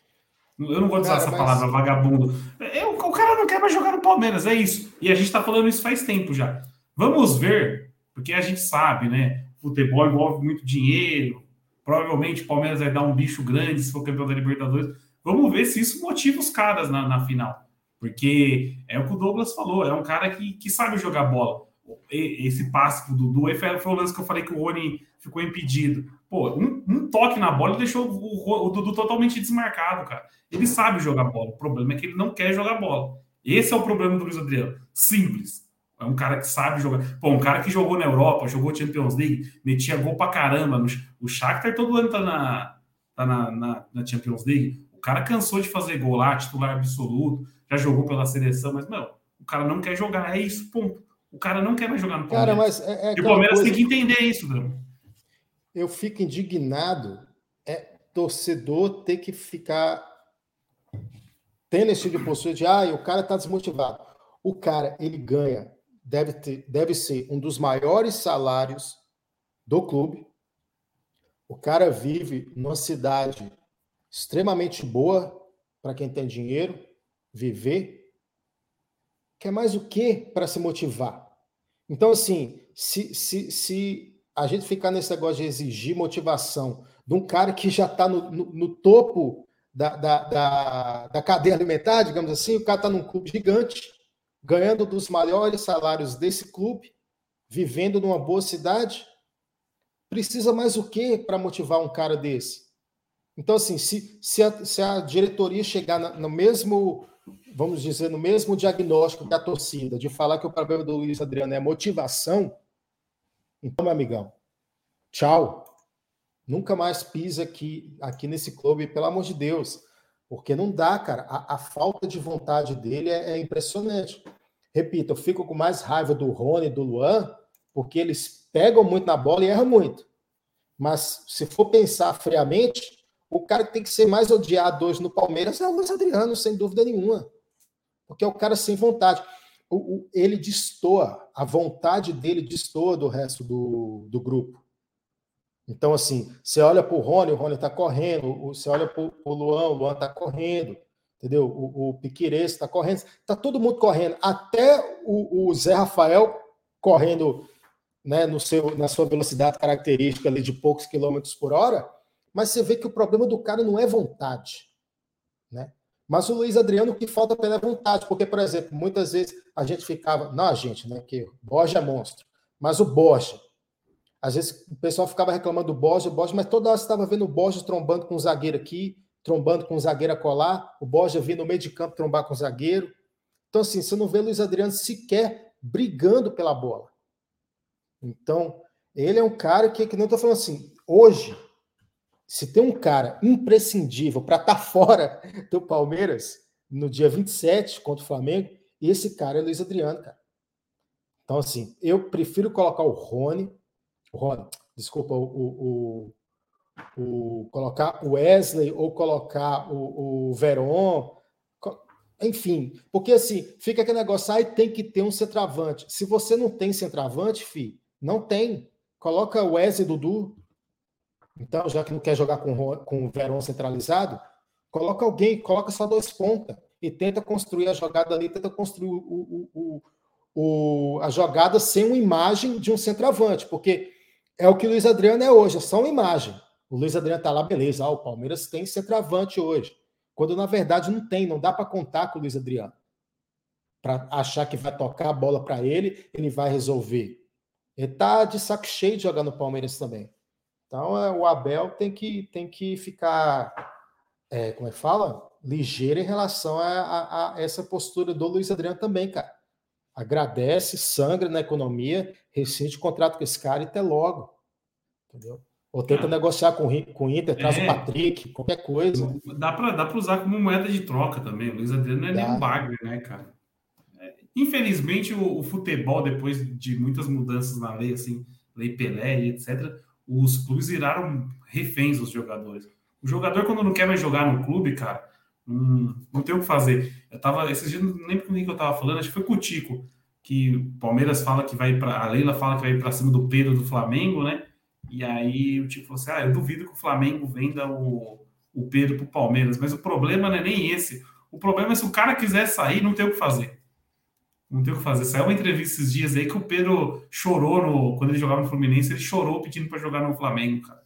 Eu não vou usar cara, essa mas... palavra vagabundo. É, o, o cara não quer mais jogar no Palmeiras, é isso. E a gente tá falando isso faz tempo já. Vamos ver, porque a gente sabe, né? Futebol envolve muito dinheiro. Provavelmente o Palmeiras vai dar um bicho grande se for campeão da Libertadores. Vamos ver se isso motiva os caras na, na final. Porque é o que o Douglas falou, é um cara que, que sabe jogar bola. Esse passe do Dudu foi o lance que eu falei que o Rony ficou impedido. Pô, um, um toque na bola deixou o, o Dudu totalmente desmarcado, cara. Ele sabe jogar bola, o problema é que ele não quer jogar bola. Esse é o problema do Luiz Adriano. Simples. É um cara que sabe jogar. Pô, um cara que jogou na Europa, jogou Champions League, metia gol pra caramba. No, o Shakhtar todo ano tá na, tá na, na, na Champions League. O cara cansou de fazer gol lá, titular absoluto, já jogou pela seleção, mas, meu, o cara não quer jogar, é isso, ponto. O cara não quer mais jogar no Palmeiras. Cara, mas é, é e o Palmeiras coisa... tem que entender isso, Bruno. Eu fico indignado, é torcedor ter que ficar tendo esse tipo de postura de, ah, o cara tá desmotivado. O cara, ele ganha, deve, ter, deve ser um dos maiores salários do clube. O cara vive numa cidade extremamente boa para quem tem dinheiro, viver. Quer mais o quê para se motivar? Então, assim, se, se, se a gente ficar nesse negócio de exigir motivação de um cara que já está no, no, no topo da, da, da, da cadeia alimentar, digamos assim, o cara está num clube gigante, ganhando dos maiores salários desse clube, vivendo numa boa cidade, precisa mais o quê para motivar um cara desse? Então, assim, se, se, a, se a diretoria chegar na, no mesmo, vamos dizer, no mesmo diagnóstico da torcida, de falar que o problema do Luiz Adriano é motivação, então, meu amigão, tchau. Nunca mais pisa aqui, aqui nesse clube, pelo amor de Deus. Porque não dá, cara. A, a falta de vontade dele é, é impressionante. Repito, eu fico com mais raiva do Rony e do Luan, porque eles pegam muito na bola e erram muito. Mas, se for pensar friamente, o cara que tem que ser mais odiado hoje no Palmeiras é o Luiz Adriano, sem dúvida nenhuma. Porque é o cara sem vontade. O, o, ele destoa, a vontade dele destoa do resto do, do grupo. Então, assim, você olha para o Rony, o Rony está correndo, você olha para o Luan, o Luan está correndo, entendeu? O, o Piquerez está correndo, está todo mundo correndo, até o, o Zé Rafael correndo, né, no seu, na sua velocidade característica ali de poucos quilômetros por hora, mas você vê que o problema do cara não é vontade, né? Mas o Luiz Adriano, o que falta para ele é vontade, porque, por exemplo, muitas vezes a gente ficava, não a gente, né, que o Borja é monstro, mas o Borja, às vezes o pessoal ficava reclamando do Borja, o Borja, mas toda hora você estava vendo o Borja trombando com o zagueiro aqui, trombando com o zagueiro a colar, o Borja vindo no meio de campo trombar com o zagueiro. Então, assim, você não vê o Luiz Adriano sequer brigando pela bola. Então, ele é um cara que, que não estou falando assim, hoje, se tem um cara imprescindível para estar tá fora do Palmeiras no dia vinte e sete contra o Flamengo, esse cara é Luiz Adriano, cara. Então, assim, eu prefiro colocar o Rony, o Rony, desculpa, o, o, o, o colocar o Wesley ou colocar o, o Veron, enfim, porque assim, fica aquele negócio, aí tem que ter um centroavante. Se você não tem centroavante, fi, não tem. Coloca o Wesley e Dudu. Então, já que não quer jogar com, com o Veron centralizado, coloca alguém, coloca só dois pontas e tenta construir a jogada ali, tenta construir o, o, o, o, a jogada sem uma imagem de um centroavante, porque é o que o Luiz Adriano é hoje, é só uma imagem. O Luiz Adriano tá lá, beleza, ah, o Palmeiras tem centroavante hoje, quando na verdade não tem, não dá para contar com o Luiz Adriano. Para achar que vai tocar a bola para ele, ele vai resolver. Ele tá de saco cheio de jogar no Palmeiras também. Então, é, o Abel tem que, tem que ficar, é, como é que fala? Ligeiro em relação a, a, a essa postura do Luiz Adriano também, cara. Agradece, sangra na economia, rescinde o contrato com esse cara e até logo. Entendeu? Ou tenta ah, negociar com, com o Inter, traz é, o Patrick, qualquer coisa. Dá para dá para usar como moeda de troca também. O Luiz Adriano não é dá. nem um bagre, né, cara? É, infelizmente, o, o futebol, depois de muitas mudanças na lei, assim, lei Pelé e etcétera, os clubes viraram reféns dos jogadores. O jogador, quando não quer mais jogar no clube, cara, não, não tem o que fazer. Eu tava, esses dias, não lembro com quem que eu tava falando, acho que foi com o Tico, que o Palmeiras fala que vai para a Leila fala que vai para cima do Pedro do Flamengo, né? E aí o Tico falou assim: ah, eu duvido que o Flamengo venda o, o Pedro pro Palmeiras, mas o problema não é nem esse. O problema é se o cara quiser sair, não tem o que fazer. Não tem o que fazer. Saiu uma entrevista esses dias aí que o Pedro chorou no, quando ele jogava no Fluminense, ele chorou pedindo para jogar no Flamengo, cara.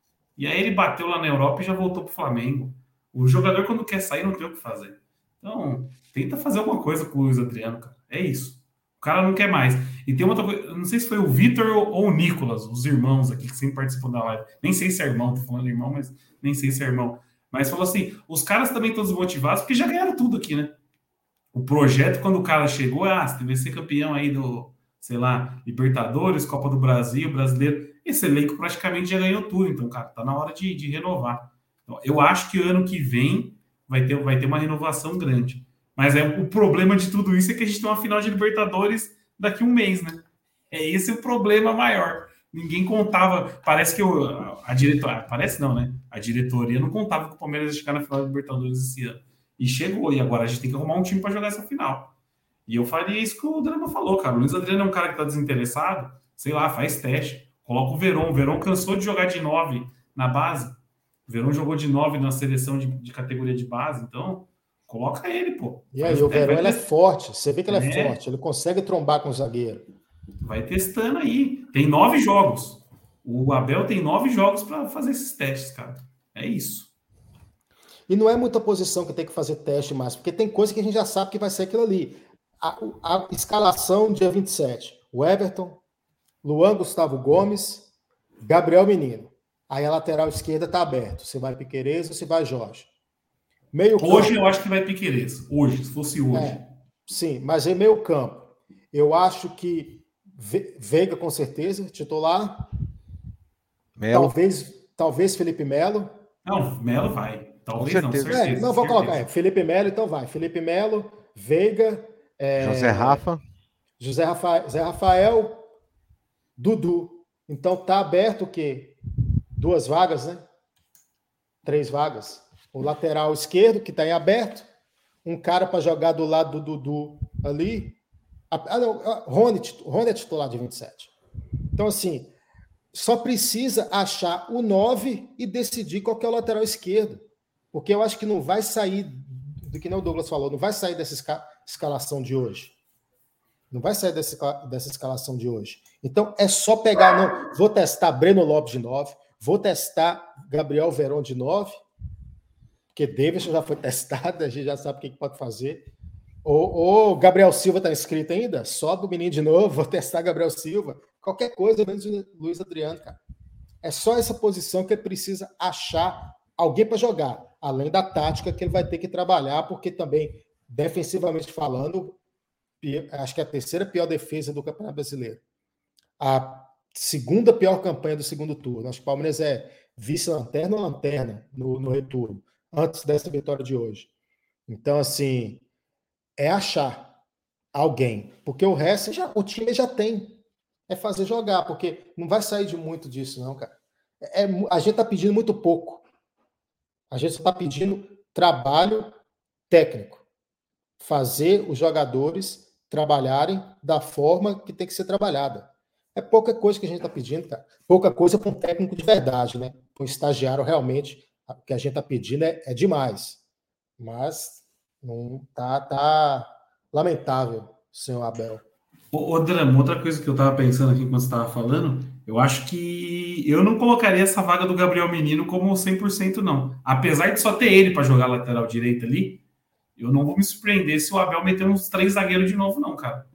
E aí ele bateu lá na Europa e já voltou pro Flamengo. O jogador, quando quer sair, não tem o que fazer. Então, tenta fazer alguma coisa com o Luiz Adriano, cara. É isso. O cara não quer mais. E tem outra coisa, eu não sei se foi o Vitor ou o Nicolas, os irmãos aqui que sempre participam da live. Nem sei se é irmão, tô falando irmão, mas nem sei se é irmão. Mas falou assim, os caras também estão desmotivados porque já ganharam tudo aqui, né? O projeto, quando o cara chegou, ah, você deve ser campeão aí do, sei lá, Libertadores, Copa do Brasil, Brasileiro. Esse elenco praticamente já ganhou tudo. Então, cara, tá na hora de, de renovar. Então, eu acho que ano que vem vai ter, vai ter uma renovação grande. Mas é, o problema de tudo isso é que a gente tem uma final de Libertadores daqui a um mês, né? É esse o problema maior. Ninguém contava. Parece que eu, a diretoria... Parece não, né? A diretoria não contava que o Palmeiras ia chegar na final de Libertadores esse ano. E chegou, e agora a gente tem que arrumar um time para jogar essa final. E eu faria isso que o Drama falou, cara. O Luiz Adriano é um cara que tá desinteressado, sei lá, faz teste. Coloca o Veron. O Veron cansou de jogar de nove na base. O Veron jogou de nove na seleção de, de categoria de base, então coloca ele, pô. E aí, o Veron ele é forte, você vê que ele é, é forte, ele consegue trombar com o zagueiro. Vai testando aí. Tem nove jogos. O Abel tem nove jogos para fazer esses testes, cara. É isso. E não é muita posição que tem que fazer teste mais, porque tem coisa que a gente já sabe que vai ser aquilo ali. A, a escalação dia vinte e sete. O Everton, Luan Gustavo Gomes, Gabriel Menino. Aí a lateral esquerda está aberta. Você vai Piquerez ou você vai Jorge? Meio hoje campo, eu acho que vai Piquerez. Hoje, se fosse hoje. É, sim, mas em meio campo. Eu acho que Veiga com certeza, titular. Melo. Talvez, talvez Felipe Melo. Não, Melo vai. Talvez com não, certeza. certeza. É, não, vou colocar. É, Felipe Melo, então vai. Felipe Melo, Veiga. É, José Rafa. José Rafael, Zé Rafael, Dudu. Então tá aberto o quê? Duas vagas, né? Três vagas. O lateral esquerdo, que está em aberto. Um cara para jogar do lado do Dudu ali. Ah, não, Rony, Rony é titular de vinte e sete. Então, assim, só precisa achar o nove e decidir qual que é o lateral esquerdo. Porque eu acho que não vai sair, do que nem o Douglas falou, não vai sair dessa esca- escalação de hoje. Não vai sair dessa, dessa escalação de hoje. Então, é só pegar, não, vou testar Breno Lopes de nove, vou testar Gabriel Veron de nove, porque Davidson já foi testado, a gente já sabe o que pode fazer. O, o Gabriel Silva está inscrito ainda? Sobe o menino de novo, vou testar Gabriel Silva. Qualquer coisa, menos o Luiz Adriano, cara. É só essa posição que ele precisa achar alguém para jogar, além da tática que ele vai ter que trabalhar, porque também, defensivamente falando, acho que é a terceira pior defesa do Campeonato Brasileiro. A segunda pior campanha do segundo turno. Acho que o Palmeiras é vice-lanterna ou lanterna no, no retorno, antes dessa vitória de hoje. Então, assim, é achar alguém, porque o resto já, o time já tem. É fazer jogar, porque não vai sair de muito disso, não, cara. É, a gente está pedindo muito pouco. A gente está pedindo trabalho técnico. Fazer os jogadores trabalharem da forma que tem que ser trabalhada. É pouca coisa que a gente está pedindo, cara. Pouca coisa para um técnico de verdade, né? Para um estagiário, realmente, o que a gente está pedindo é, é demais. Mas não tá, tá lamentável, senhor Abel. Ô, ô Drama, outra coisa que eu tava pensando aqui quando você tava falando, eu acho que eu não colocaria essa vaga do Gabriel Menino como cem por cento, não. Apesar de só ter ele para jogar lateral direito ali, eu não vou me surpreender se o Abel meter uns três zagueiros de novo, não, cara.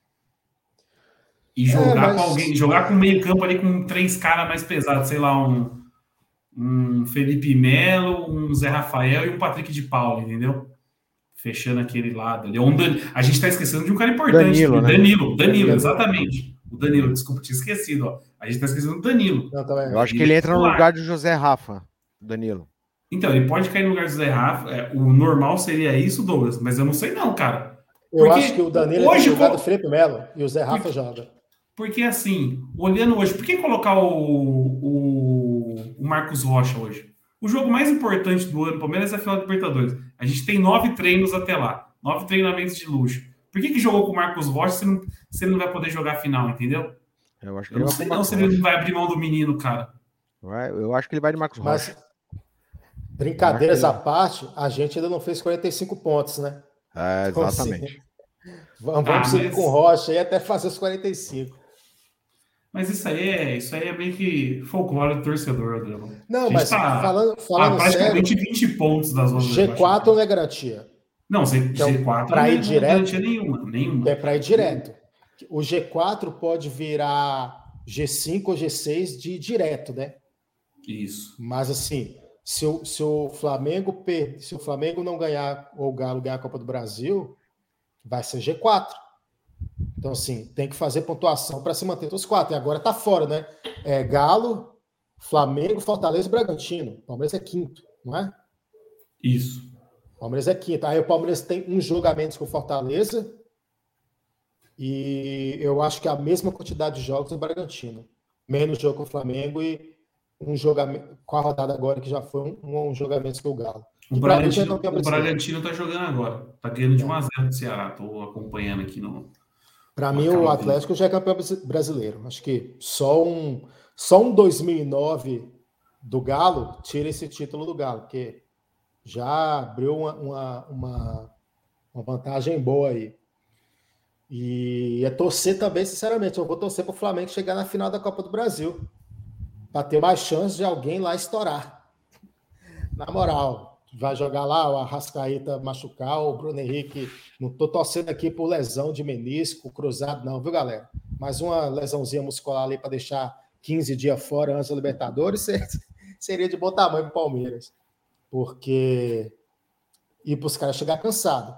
E jogar é, mas... com alguém, jogar com meio campo ali com três caras mais pesados, sei lá, um, um Felipe Melo, um Zé Rafael e um Patrick de Paula, entendeu? Fechando aquele lado ali. A gente tá esquecendo de um cara importante. Danilo, né? né? Danilo, Danilo, exatamente. O Danilo, desculpa, tinha esquecido. Ó. A gente tá esquecendo do Danilo. Não, tá Eu acho que ele entra no lugar do José Rafa, Danilo. Então, ele pode cair no lugar do José Rafa. É, o normal seria isso, Douglas, mas eu não sei não, cara. Eu Porque acho que o Danilo hoje, é no lugar do Felipe Melo e o Zé Rafa porque, joga. Porque, assim, olhando hoje, por que colocar o, o, o Marcos Rocha hoje? O jogo mais importante do ano, Palmeiras, é a final da Libertadores. A gente tem nove treinos até lá. Nove treinamentos de luxo. Por que, que jogou com o Marcos Rocha se, não, se ele não vai poder jogar a final, entendeu? Eu, acho que eu não sei não se ele não vai abrir mão do menino, cara. Eu acho que ele vai de Marcos Rocha. Mas, brincadeiras à parte, a gente ainda não fez quarenta e cinco pontos, né? É, exatamente. Então, assim, vamos ah, seguir mas... com o Rocha aí até fazer os quarenta e cinco. Mas isso aí é, isso aí é meio que folclore do torcedor, Adriano. Não, mas tá, falando, falando tá praticamente sério, vinte pontos das outras. G quatro não é garantia. Não, G quatro não é direto, garantia nenhuma, nenhuma. É para ir direto. O G quatro pode virar G cinco ou G seis de direto, né? Isso. Mas assim, se o, se o Flamengo per, se o Flamengo não ganhar ou o Galo ganhar a Copa do Brasil, vai ser G quatro. Então, assim, tem que fazer pontuação para se manter entre os quatro. E agora tá fora, né? É Galo, Flamengo, Fortaleza e Bragantino. O Palmeiras é quinto, não é? Isso. O Palmeiras é quinto. Aí o Palmeiras tem um jogo a menos com o Fortaleza. E eu acho que é a mesma quantidade de jogos do Bragantino. Menos jogo com o Flamengo e um jogo a, com a rodada agora, que já foi um, um jogo a menos que o Galo. O Bragantino, o Bragantino tá jogando agora. Tá ganhando de um a zero do Ceará. Tô acompanhando aqui no... Para mim, o Atlético já é campeão brasileiro. Acho que só um, só um dois mil e nove do Galo tira esse título do Galo, porque já abriu uma, uma, uma, uma vantagem boa aí. E é torcer também, sinceramente. Eu vou torcer para o Flamengo chegar na final da Copa do Brasil, para ter mais chance de alguém lá estourar. Na moral. Vai jogar lá o Arrascaeta machucar, o Bruno Henrique. Não estou torcendo aqui por lesão de menisco, cruzado, não, viu, galera? Mais uma lesãozinha muscular ali para deixar quinze dias fora antes da Libertadores seria de bom tamanho para o Palmeiras. Porque ir para os caras chegar cansado.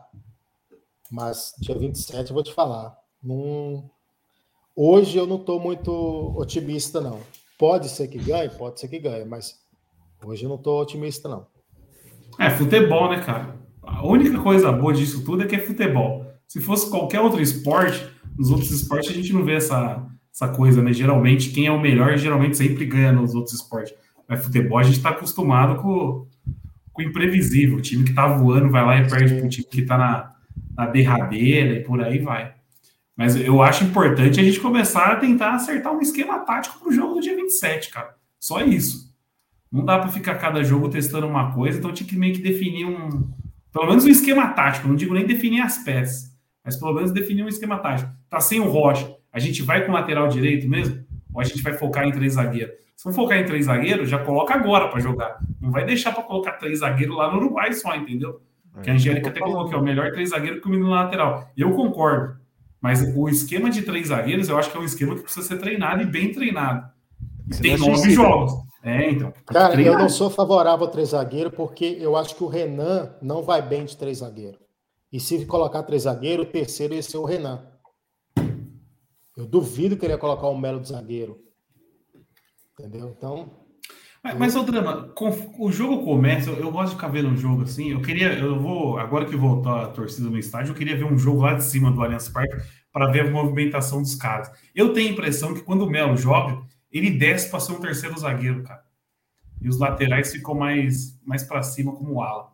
Mas dia vinte e sete eu vou te falar. Não... Hoje eu não estou muito otimista, não. Pode ser que ganhe, pode ser que ganhe, mas hoje eu não estou otimista, não. É, futebol, né, cara? A única coisa boa disso tudo é que é futebol. Se fosse qualquer outro esporte, nos outros esportes a gente não vê essa, essa coisa, né? Geralmente, quem é o melhor, geralmente sempre ganha nos outros esportes. Mas futebol, a gente tá acostumado com, com o imprevisível. O time que tá voando vai lá e perde pro time que tá na, na derradeira e por aí vai. Mas eu acho importante a gente começar a tentar acertar um esquema tático pro jogo do dia vinte e sete, cara. Só isso. Não dá para ficar cada jogo testando uma coisa, então tinha que meio que definir um... Pelo menos um esquema tático, não digo nem definir as peças, mas pelo menos definir um esquema tático. Tá sem o Rocha, a gente vai com o lateral direito mesmo? Ou a gente vai focar em três zagueiros? Se for focar em três zagueiros, já coloca agora para jogar. Não vai deixar para colocar três zagueiros lá no Uruguai só, entendeu? Que a Angélica até colocou que é o melhor três zagueiros que o menino lateral. Eu concordo. Mas o esquema de três zagueiros, eu acho que é um esquema que precisa ser treinado e bem treinado. E tem nove jogos. É, então. Cara, eu não sou favorável a três zagueiros porque eu acho que o Renan não vai bem de três zagueiros. E se colocar três zagueiros, o terceiro ia ser o Renan. Eu duvido que ele ia colocar o Melo de zagueiro. Entendeu? Então... Mas, mas o Drama, o jogo começa, eu, eu gosto de ficar vendo um jogo assim, eu queria, eu vou, agora que voltou a torcida no estádio, eu queria ver um jogo lá de cima do Allianz Parque para ver a movimentação dos caras. Eu tenho a impressão que quando o Melo joga, ele desce para ser um terceiro zagueiro, cara. E os laterais ficam mais, mais para cima como ala.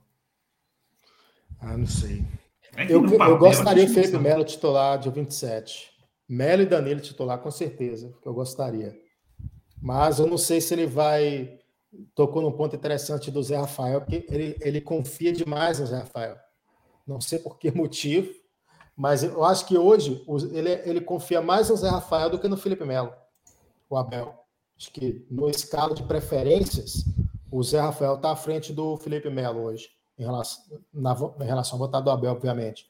Ah, não sei. É que eu, no papel, eu gostaria de Felipe não Melo titular dia vinte e sete. Melo e Danilo titular, com certeza, que eu gostaria. Mas eu não sei se ele vai... Tocou num ponto interessante do Zé Rafael, porque ele, ele confia demais no Zé Rafael. Não sei por que motivo, mas eu acho que hoje ele, ele confia mais no Zé Rafael do que no Felipe Melo, o Abel. Acho que no escala de preferências, o Zé Rafael está à frente do Felipe Melo hoje, em relação, na, em relação ao votado do Abel, obviamente.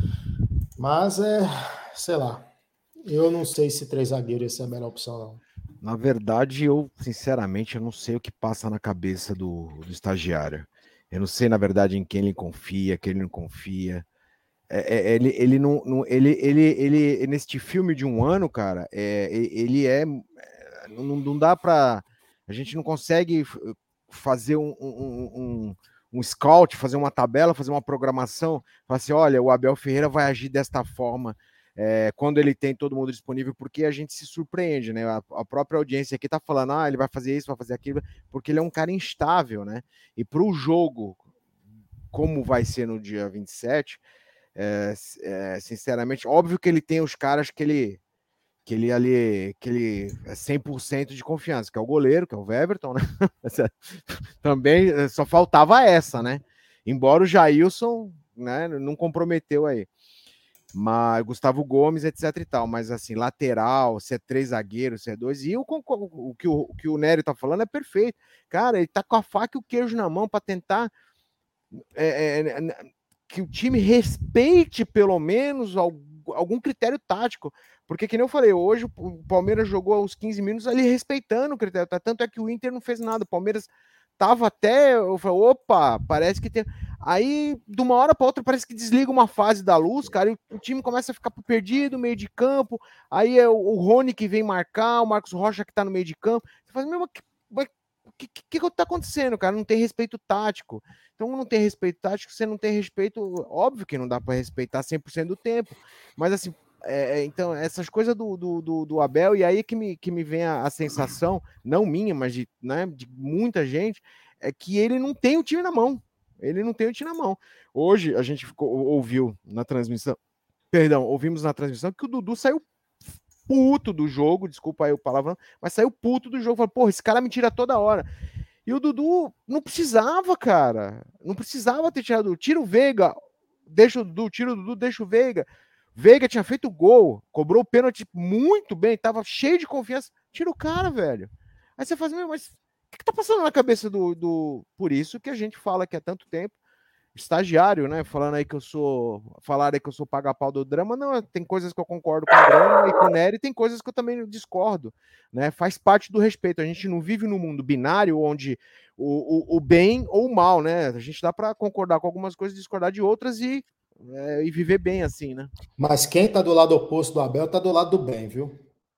Mas, é, sei lá, eu não sei se três zagueiros ia ser a melhor opção, não. Na verdade, eu, sinceramente, eu não sei o que passa na cabeça do, do estagiário. Eu não sei, na verdade, em quem ele confia, quem ele não confia. É, é, ele, ele não, não ele, ele, ele, neste filme de um ano, cara, é, ele é, não, não dá para, a gente não consegue fazer um, um, um, um scout, fazer uma tabela, fazer uma programação, falar assim, olha, o Abel Ferreira vai agir desta forma. É, quando ele tem todo mundo disponível, porque a gente se surpreende, né? A, a própria audiência aqui tá falando, ah, ele vai fazer isso, vai fazer aquilo, porque ele é um cara instável, né? E para o jogo, como vai ser no dia vinte e sete, é, é, sinceramente, óbvio que ele tem os caras que ele que ele ali, que ele é cem por cento de confiança, que é o goleiro, que é o Weverton, né? Também só faltava essa, né? Embora o Jailson, né, não comprometeu aí. Mas Gustavo Gomes, etc e tal, mas assim, lateral, se é três zagueiros, se é dois, e o, o, o, que, o, o que o Nery tá falando é perfeito, cara, ele tá com a faca e o queijo na mão para tentar é, é, que o time respeite pelo menos algum, algum critério tático, porque que nem eu falei, hoje o Palmeiras jogou aos quinze minutos ali respeitando o critério tático, tanto é que o Inter não fez nada, o Palmeiras tava até, eu falei, opa, parece que tem... Aí, de uma hora para outra, parece que desliga uma fase da luz, cara, e o time começa a ficar perdido, meio de campo, aí é o Rony que vem marcar, o Marcos Rocha que tá no meio de campo, você fala, meu, o que, que, que tá acontecendo, cara? Não tem respeito tático. Então, não tem respeito tático, você não tem respeito, óbvio que não dá para respeitar cem por cento do tempo, mas assim, É, então, essas coisas do, do, do, do Abel, e aí que me, que me vem a, a sensação, não minha, mas de, né, de muita gente, é que ele não tem o time na mão. Ele não tem o time na mão. Hoje, a gente ficou, ouviu na transmissão, perdão, ouvimos na transmissão que o Dudu saiu puto do jogo, desculpa aí o palavrão, mas saiu puto do jogo. Falou, porra, esse cara me tira toda hora. E o Dudu não precisava, cara. Não precisava ter tirado. Tira o Veiga, deixa o Dudu, tira o Dudu, deixa o Veiga. Veiga tinha feito gol, cobrou o pênalti muito bem, tava cheio de confiança. Tira o cara, velho. Aí você faz, meu, mas o que, que tá passando na cabeça do, do... Por isso que a gente fala que há tanto tempo, estagiário, né? Falando aí que eu sou. Falar aí que eu sou paga-pau do Drama, não, tem coisas que eu concordo com o Drama e com o Nery, tem coisas que eu também discordo, né? Faz parte do respeito. A gente não vive num mundo binário onde o, o, o bem ou o mal, né? A gente dá para concordar com algumas coisas, discordar de outras e. É, e viver bem assim, né? Mas quem tá do lado oposto do Abel tá do lado do bem, viu?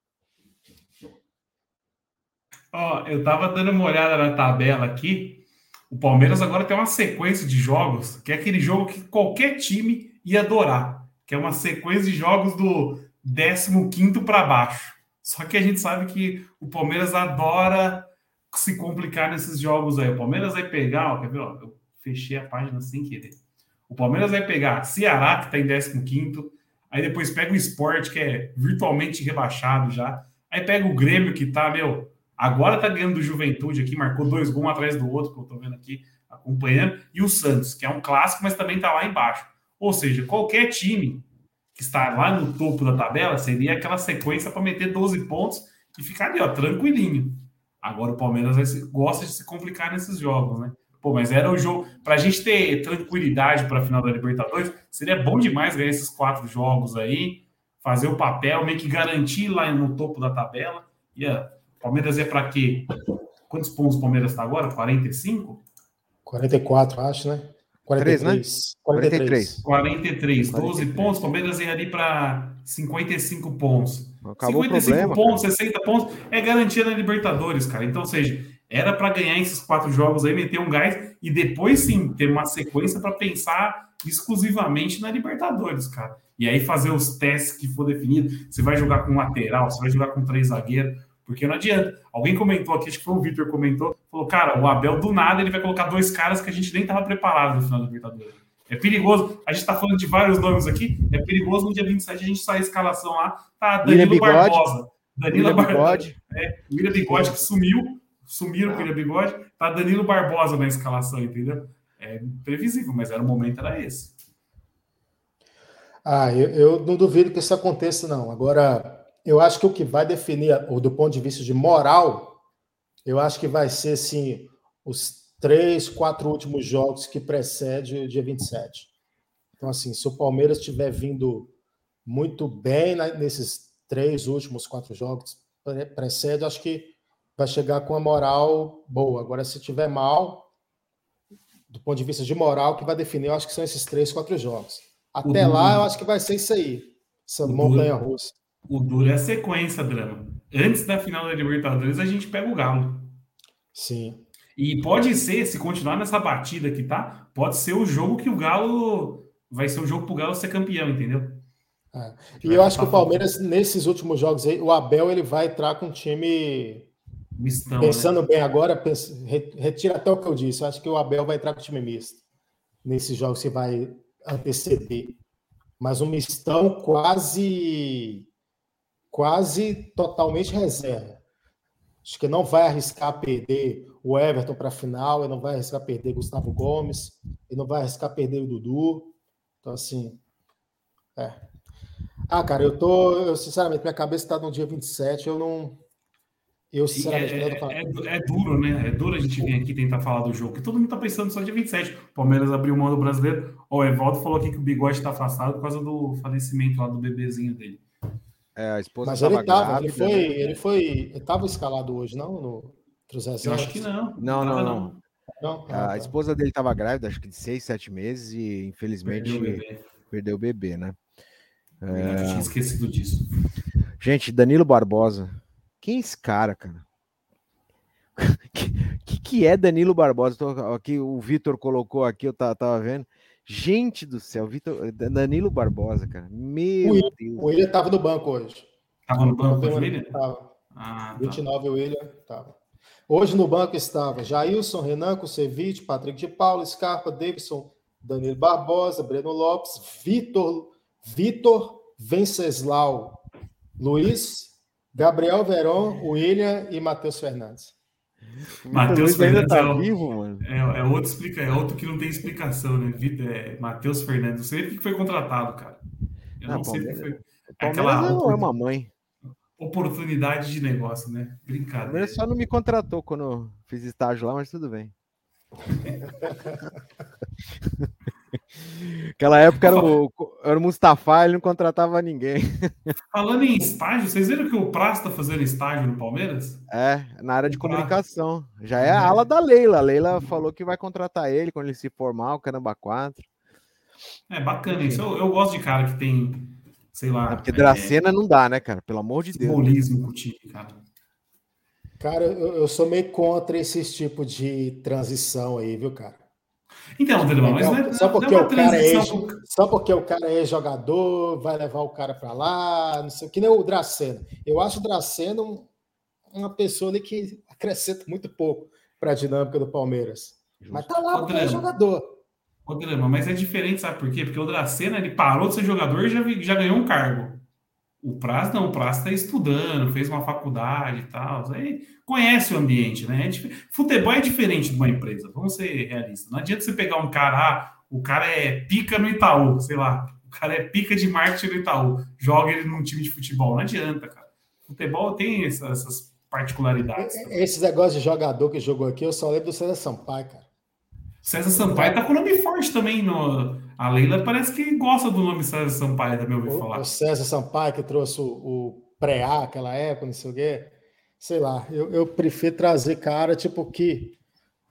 Ó, eu tava dando uma olhada na tabela aqui. O Palmeiras agora tem uma sequência de jogos, que é aquele jogo que qualquer time ia adorar, que é uma sequência de jogos do décimo quinto para baixo. Só que a gente sabe que o Palmeiras adora se complicar nesses jogos aí. O Palmeiras vai pegar, ó, quer ver? Ó, eu fechei a página sem querer. O Palmeiras vai pegar Ceará, que está em décimo quinto, aí depois pega o Sport, que é virtualmente rebaixado já, aí pega o Grêmio, que tá, meu, agora tá ganhando do Juventude aqui, marcou dois gols um atrás do outro, que eu tô vendo aqui, acompanhando, e o Santos, que é um clássico, mas também tá lá embaixo. Ou seja, qualquer time que está lá no topo da tabela seria aquela sequência para meter doze pontos e ficar ali, ó, tranquilinho. Agora o Palmeiras vai se, gosta de se complicar nesses jogos, né? Pô, mas era o jogo... Pra gente ter tranquilidade para a final da Libertadores, seria bom demais ganhar esses quatro jogos aí, fazer o papel, meio que garantir lá no topo da tabela. E o Palmeiras é para quê? Quantos pontos o Palmeiras está agora? quarenta e cinco? quarenta e quatro, acho, né? quarenta e três. quarenta e três. quarenta e três. doze pontos. O Palmeiras ia ali para cinquenta e cinco pontos. Acabou cinquenta e cinco o problema, pontos, cara. sessenta pontos é garantia na Libertadores, cara. Então, ou seja, era para ganhar esses quatro jogos aí, meter um gás e depois sim ter uma sequência para pensar exclusivamente na Libertadores, cara. E aí fazer os testes que for definido. Você vai jogar com lateral, você vai jogar com três zagueiros, porque não adianta. Alguém comentou aqui, acho que foi o Vitor comentou, falou, cara, o Abel do nada ele vai colocar dois caras que a gente nem estava preparado no final da Libertadores. É perigoso. A gente está falando de vários nomes aqui. É perigoso no dia vinte e sete a gente sair a escalação lá. Tá, Danilo Barbosa. Danilo Bigode. É, o William Bigode que sumiu. Sumiram com o William Bigode. Tá Danilo Barbosa na escalação, entendeu? É previsível, mas era o momento, era esse. Ah, eu, eu não duvido que isso aconteça, não. Agora, eu acho que o que vai definir, ou do ponto de vista de moral, eu acho que vai ser, assim, os três, quatro últimos jogos que precedem o dia vinte e sete. Então, assim, se o Palmeiras estiver vindo muito bem nesses três últimos quatro jogos precede, acho que vai chegar com a moral boa. Agora, se estiver mal, do ponto de vista de moral, o que vai definir, eu acho que são esses três, quatro jogos. Até o lá, duro. Eu acho que vai ser isso aí, essa montanha-russa. O duro é a sequência, Drama. Antes da final da Libertadores, a gente pega o Galo. Sim. E pode ser, se continuar nessa batida que tá, pode ser o jogo que o Galo... Vai ser o jogo pro Galo ser campeão, entendeu? É. E eu acho que o Palmeiras, tudo. Nesses últimos jogos aí, o Abel ele vai entrar com um time... Mistão, Pensando né? bem agora, pensa, retira até o que eu disse. Eu acho que o Abel vai entrar com o time misto. Nesses jogos que vai anteceder. Mas um mistão quase... Quase totalmente reserva. Acho que não vai arriscar perder o Everton para a final, ele não vai arriscar perder Gustavo Gomes, ele não vai arriscar perder o Dudu. Então, assim, é. Ah, cara, eu tô, eu, sinceramente, minha cabeça está no dia vinte e sete, eu não... Eu, sinceramente, é, não tô falando. É, é duro, né? É duro a gente vir aqui tentar falar do jogo, porque todo mundo tá pensando só dia vinte e sete. O Palmeiras abriu mão do brasileiro. Ó, o Evaldo falou aqui que o Bigode está afastado por causa do falecimento lá do bebezinho dele. É, a esposa Mas ele tava, grávida, ele foi, né? ele foi, ele tava escalado hoje, não? No, Eu acho que não. Não, não, não. não. não. Ah, a tá. esposa dele estava grávida, acho que de seis, sete meses, e infelizmente Perdeu o bebê, perdeu o bebê, né? É... Eu tinha esquecido disso. Gente, Danilo Barbosa. Quem é esse cara, cara? que, que que é Danilo Barbosa? Tô, aqui, o Vitor colocou aqui, eu tava, tava vendo. Gente do céu, Vitor, Danilo Barbosa, cara. Meu o William, Deus. O William estava no banco hoje. Estava no banco hoje, William? Tava. Ah, vinte e nove, tá. O William estava. Hoje no banco estava Jailson, Renan, Kusevich, Patrick de Paula, Scarpa, Davidson, Danilo Barbosa, Breno Lopes, Vitor, Vitor Venceslau, Luiz, Gabriel Veron, William e Matheus Fernandes. Matheus Fernandes tá é, o, vivo, mano. É, é, outro explica, é outro que não tem explicação, né? É, Matheus Fernandes, não sei o que foi contratado, cara. Eu não, não sei o que foi. Aquela é uma mãe. Oportunidade de negócio, né? Brincadeira. O Palmeiras só não me contratou quando eu fiz estágio lá, mas tudo bem. Aquela época era o, era o Mustafa, ele não contratava ninguém. Falando em estágio, vocês viram que o Praça tá fazendo estágio no Palmeiras? É, na área de comunicação. Já é a ala da Leila. A Leila falou que vai contratar ele quando ele se formar, o Caramba quatro. É bacana isso. Eu, eu gosto de cara que tem, sei lá... É porque Dracena é, não dá, né, cara? Pelo amor de Deus. Simbolismo com o time, cara. Cara, eu, eu sou meio contra esses tipos de transição aí, viu, cara? Então, Drama, mas não é, só porque não é o cara é pro... só porque o cara é jogador, vai levar o cara para lá, não sei, que nem o Dracena. Eu acho o Dracena um, uma pessoa ali que acrescenta muito pouco para a dinâmica do Palmeiras. Justo. Mas tá lá porque é jogador. O Drama, mas é diferente, sabe por quê? Porque o Dracena, ele parou de ser jogador e já, já ganhou um cargo. O Praz não, o Praz está estudando, fez uma faculdade e tal, aí conhece o ambiente, né? É, futebol é diferente de uma empresa, vamos ser realistas. Não adianta você pegar um cara, ah, o cara é pica no Itaú, sei lá, o cara é pica de marketing no Itaú, joga ele num time de futebol, não adianta, cara. Futebol tem essas, essas particularidades. Esses negócios de jogador que jogou aqui, eu só lembro do César Sampaio, cara. César Sampaio tá com o nome forte também. No... A Leila parece que gosta do nome César Sampaio, também ouvi falar. O César Sampaio que trouxe o, o pré-A naquela época, não sei o quê. Sei lá, eu, eu prefiro trazer cara tipo que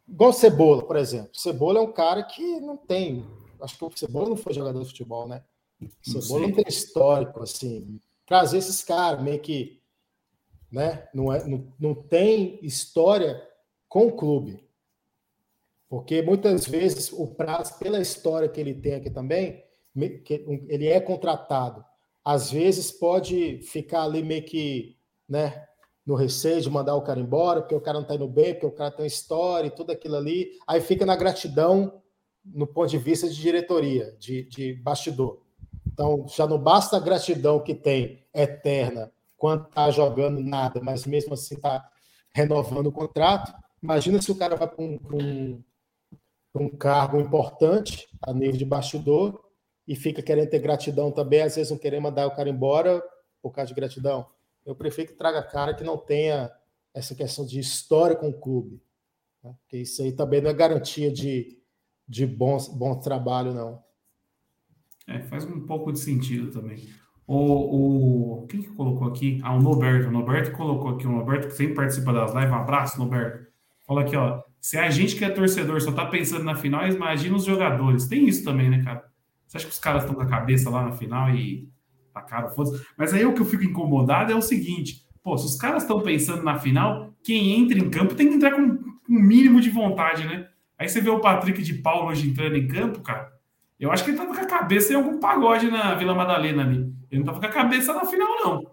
igual Cebola, por exemplo. Cebola é um cara que não tem... Acho que o Cebola não foi jogador de futebol, né? Cebola não tem histórico, assim. Trazer esses caras meio que... Né? Não, é, não, não tem história com o clube. Porque muitas vezes o prazo, pela história que ele tem aqui também, que ele é contratado. Às vezes pode ficar ali meio que, né, no receio de mandar o cara embora, porque o cara não está indo bem, porque o cara tem história e tudo aquilo ali. Aí fica na gratidão no ponto de vista de diretoria, de, de bastidor. Então, já não basta a gratidão que tem eterna quando está jogando nada, mas mesmo assim está renovando o contrato. Imagina se o cara vai para um, um, um cargo importante a nível de bastidor e fica querendo ter gratidão também, às vezes não querer mandar o cara embora por causa de gratidão. Eu prefiro que traga cara que não tenha essa questão de história com o clube. Né? Porque isso aí também não é garantia de, de bom, bom trabalho, não. É, faz um pouco de sentido também. O, o, quem que colocou aqui? Ah, o Noberto. O Noberto colocou aqui, o Noberto que sempre participa das lives. Um abraço, Noberto. Falou aqui, ó. Se a gente que é torcedor só tá pensando na final, imagina os jogadores. Tem isso também, né, cara? Você acha que os caras estão com a cabeça lá na final e tacaram, foda-se? Mas aí o que eu fico incomodado é o seguinte: pô, se os caras estão pensando na final, quem entra em campo tem que entrar com um mínimo de vontade, né? Aí você vê o Patrick de Paulo hoje entrando em campo, cara. Eu acho que ele tava com a cabeça em algum pagode na Vila Madalena ali. Ele não tava com a cabeça na final, não.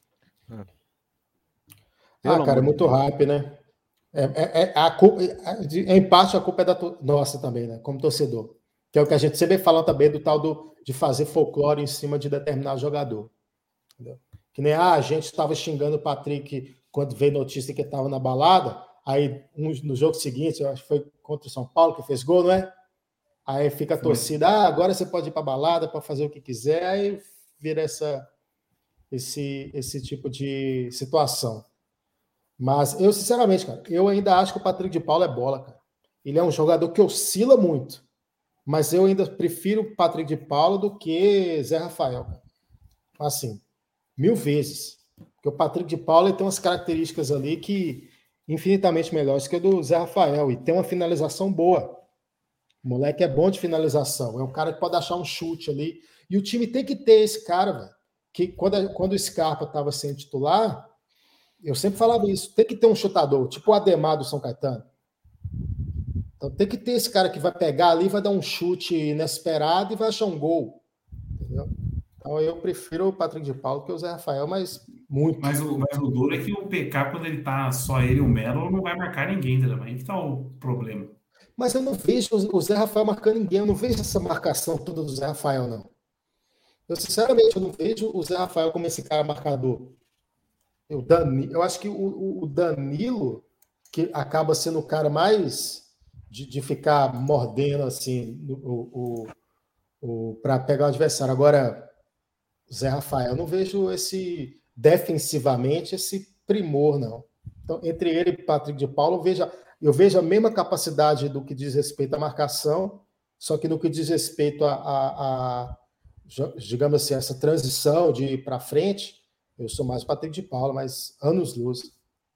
Ah, cara, é muito hype, né? É, é, é, a culpa, é, em parte, a culpa é da nossa também, né? Como torcedor. Que é o que a gente sempre fala também do tal do, de fazer folclore em cima de determinado jogador. Entendeu? Que nem ah, a gente estava xingando o Patrick quando veio notícia que ele estava na balada. Aí, um, no jogo seguinte, eu acho que foi contra o São Paulo, que fez gol, não é? Aí fica a torcida, ah, agora você pode ir para a balada para fazer o que quiser, aí vira essa, esse, esse tipo de situação. Mas eu, sinceramente, cara, eu ainda acho que o Patrick de Paulo é bola, cara. Ele é um jogador que oscila muito, mas eu ainda prefiro o Patrick de Paulo do que Zé Rafael, cara. Assim, mil vezes. Porque o Patrick de Paulo ele tem umas características ali que infinitamente melhores que a do Zé Rafael e tem uma finalização boa. O moleque é bom de finalização. É um cara que pode achar um chute ali. E o time tem que ter esse cara, velho. Que quando, quando o Scarpa estava sendo titular, eu sempre falava isso. Tem que ter um chutador, tipo o Ademar do São Caetano. Então tem que ter esse cara que vai pegar ali, vai dar um chute inesperado e vai achar um gol. Entendeu? Então eu prefiro o Patrick de Paulo que o Zé Rafael, mas muito. Mas o, mas o duro é que o P K, quando ele tá só ele e o Melo, não vai marcar ninguém, entendeu? Aí que tá o problema. Mas eu não vejo o Zé Rafael marcando ninguém, eu não vejo essa marcação toda do Zé Rafael, não. Eu, sinceramente, eu não vejo o Zé Rafael como esse cara marcador. Eu, Dani, eu acho que o, o Danilo, que acaba sendo o cara mais de, de ficar mordendo assim o, o, o, para pegar o adversário. Agora, o Zé Rafael, eu não vejo esse, defensivamente, esse primor, não. Então, entre ele e Patrick de Paulo, eu vejo... Eu vejo a mesma capacidade do que diz respeito à marcação, só que no que diz respeito a, a, a digamos assim, essa transição de ir para frente, eu sou mais Patrick de Paulo, mas anos-luz.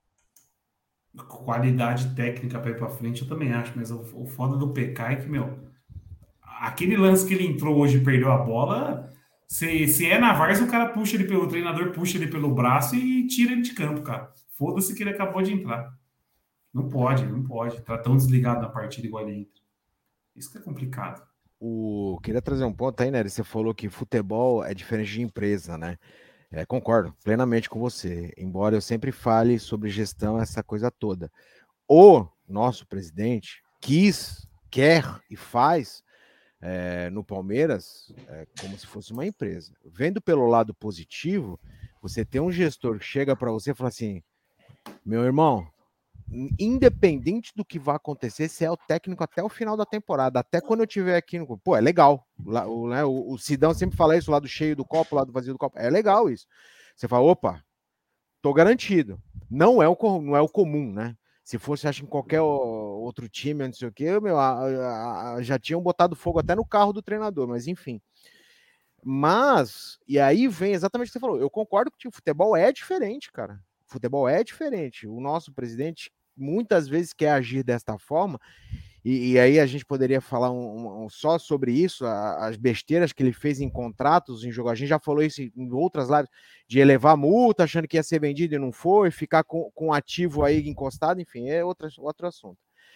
Qualidade técnica para ir para frente, eu também acho, mas o, o foda do P K é que, meu, aquele lance que ele entrou hoje e perdeu a bola, se, se é na Várzea, o cara puxa ele pelo, o treinador puxa ele pelo braço e tira ele de campo, cara. Foda-se que ele acabou de entrar. Não pode, não pode. Tá tão desligado na partida igual ele entra. Isso que é complicado. O... Queria trazer um ponto aí, né? Você falou que futebol é diferente de empresa, né? É, concordo plenamente com você. Embora eu sempre fale sobre gestão, essa coisa toda. O nosso presidente quis, quer e faz é, no Palmeiras é, como se fosse uma empresa. Vendo pelo lado positivo, você tem um gestor que chega para você e fala assim: meu irmão, independente do que vai acontecer, você é o técnico até o final da temporada, até quando eu estiver aqui no... Pô, é legal. Lá, o, né, o, o Sidão sempre fala isso, lado cheio do copo, lado vazio do copo. É legal isso. Você fala, opa, tô garantido. Não é o, não é o comum, né? Se fosse, acho, em qualquer outro time, não sei o quê, meu, a, a, a, já tinham botado fogo até no carro do treinador, mas enfim. Mas, e aí vem exatamente o que você falou. Eu concordo que o futebol é diferente, cara. O futebol é diferente. O nosso presidente muitas vezes quer agir desta forma, e, e aí a gente poderia falar um, um, só sobre isso, a, as besteiras que ele fez em contratos, em jogo. A gente já falou isso em outras lives, de elevar multa, achando que ia ser vendido e não foi, ficar com, com ativo aí encostado, enfim, é outro, outro assunto.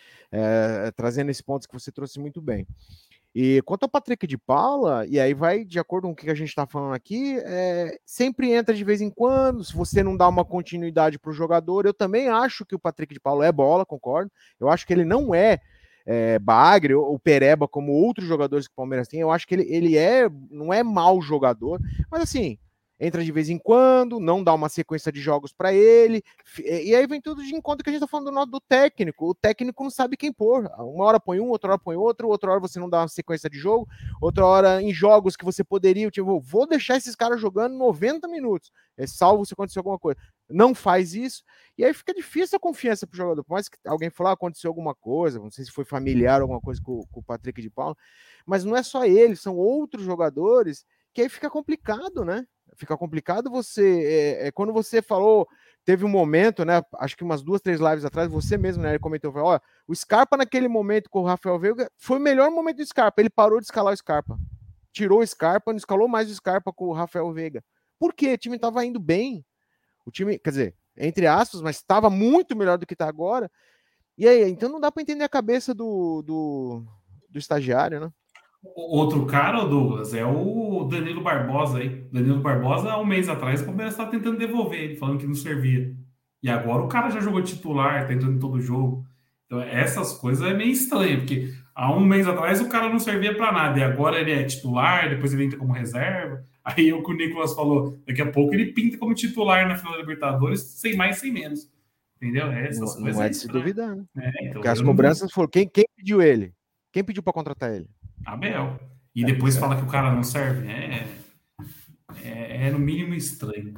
É, trazendo esse ponto que você trouxe muito bem. E quanto ao Patrick de Paula, e aí vai de acordo com o que a gente está falando aqui, é, sempre entra de vez em quando, se você não dá uma continuidade para o jogador. Eu também acho que o Patrick de Paula é bola, concordo. Eu acho que ele não é, é bagre ou, ou pereba como outros jogadores que o Palmeiras tem. Eu acho que ele, ele é, não é mau jogador, mas assim, entra de vez em quando, não dá uma sequência de jogos para ele, e aí vem tudo de encontro que a gente está falando do, do técnico. O técnico não sabe quem pôr. Uma hora põe um, outra hora põe outro, outra hora você não dá uma sequência de jogo, outra hora em jogos que você poderia, tipo, vou deixar esses caras jogando noventa minutos, é salvo se acontecer alguma coisa. Não faz isso, e aí fica difícil a confiança pro jogador. Por mais que alguém falar, ah, aconteceu alguma coisa, não sei se foi familiar, alguma coisa com, com o Patrick de Paula, mas não é só ele, são outros jogadores que aí fica complicado, né? Fica complicado você, é, é, quando você falou, teve um momento, né, acho que umas duas, três lives atrás, você mesmo, né, ele comentou, ó, o Scarpa naquele momento com o Rafael Veiga, foi o melhor momento do Scarpa, ele parou de escalar o Scarpa, tirou o Scarpa, não escalou mais o Scarpa com o Rafael Veiga. Por quê? O time estava indo bem, o time, quer dizer, entre aspas, mas estava muito melhor do que está agora, e aí, então não dá para entender a cabeça do, do, do estagiário, né? Outro cara, Douglas, é o Danilo Barbosa aí. Danilo Barbosa, há um mês atrás, o Palmeiras estava tentando devolver ele, falando que não servia. E agora o cara já jogou titular, tá entrando em todo jogo. Então, essas coisas é meio estranho, porque há um mês atrás o cara não servia para nada, e agora ele é titular, depois ele entra como reserva. Aí é o que o Nicolas falou, daqui a pouco ele pinta como titular na final da Libertadores, sem mais, sem menos. Entendeu? Essas não, coisas não é é de se duvidar, né? É, então, porque as cobranças foram, quem, quem pediu ele? Quem pediu para contratar ele? Abel. E depois é, fala que o cara não serve. É, é, é no mínimo estranho.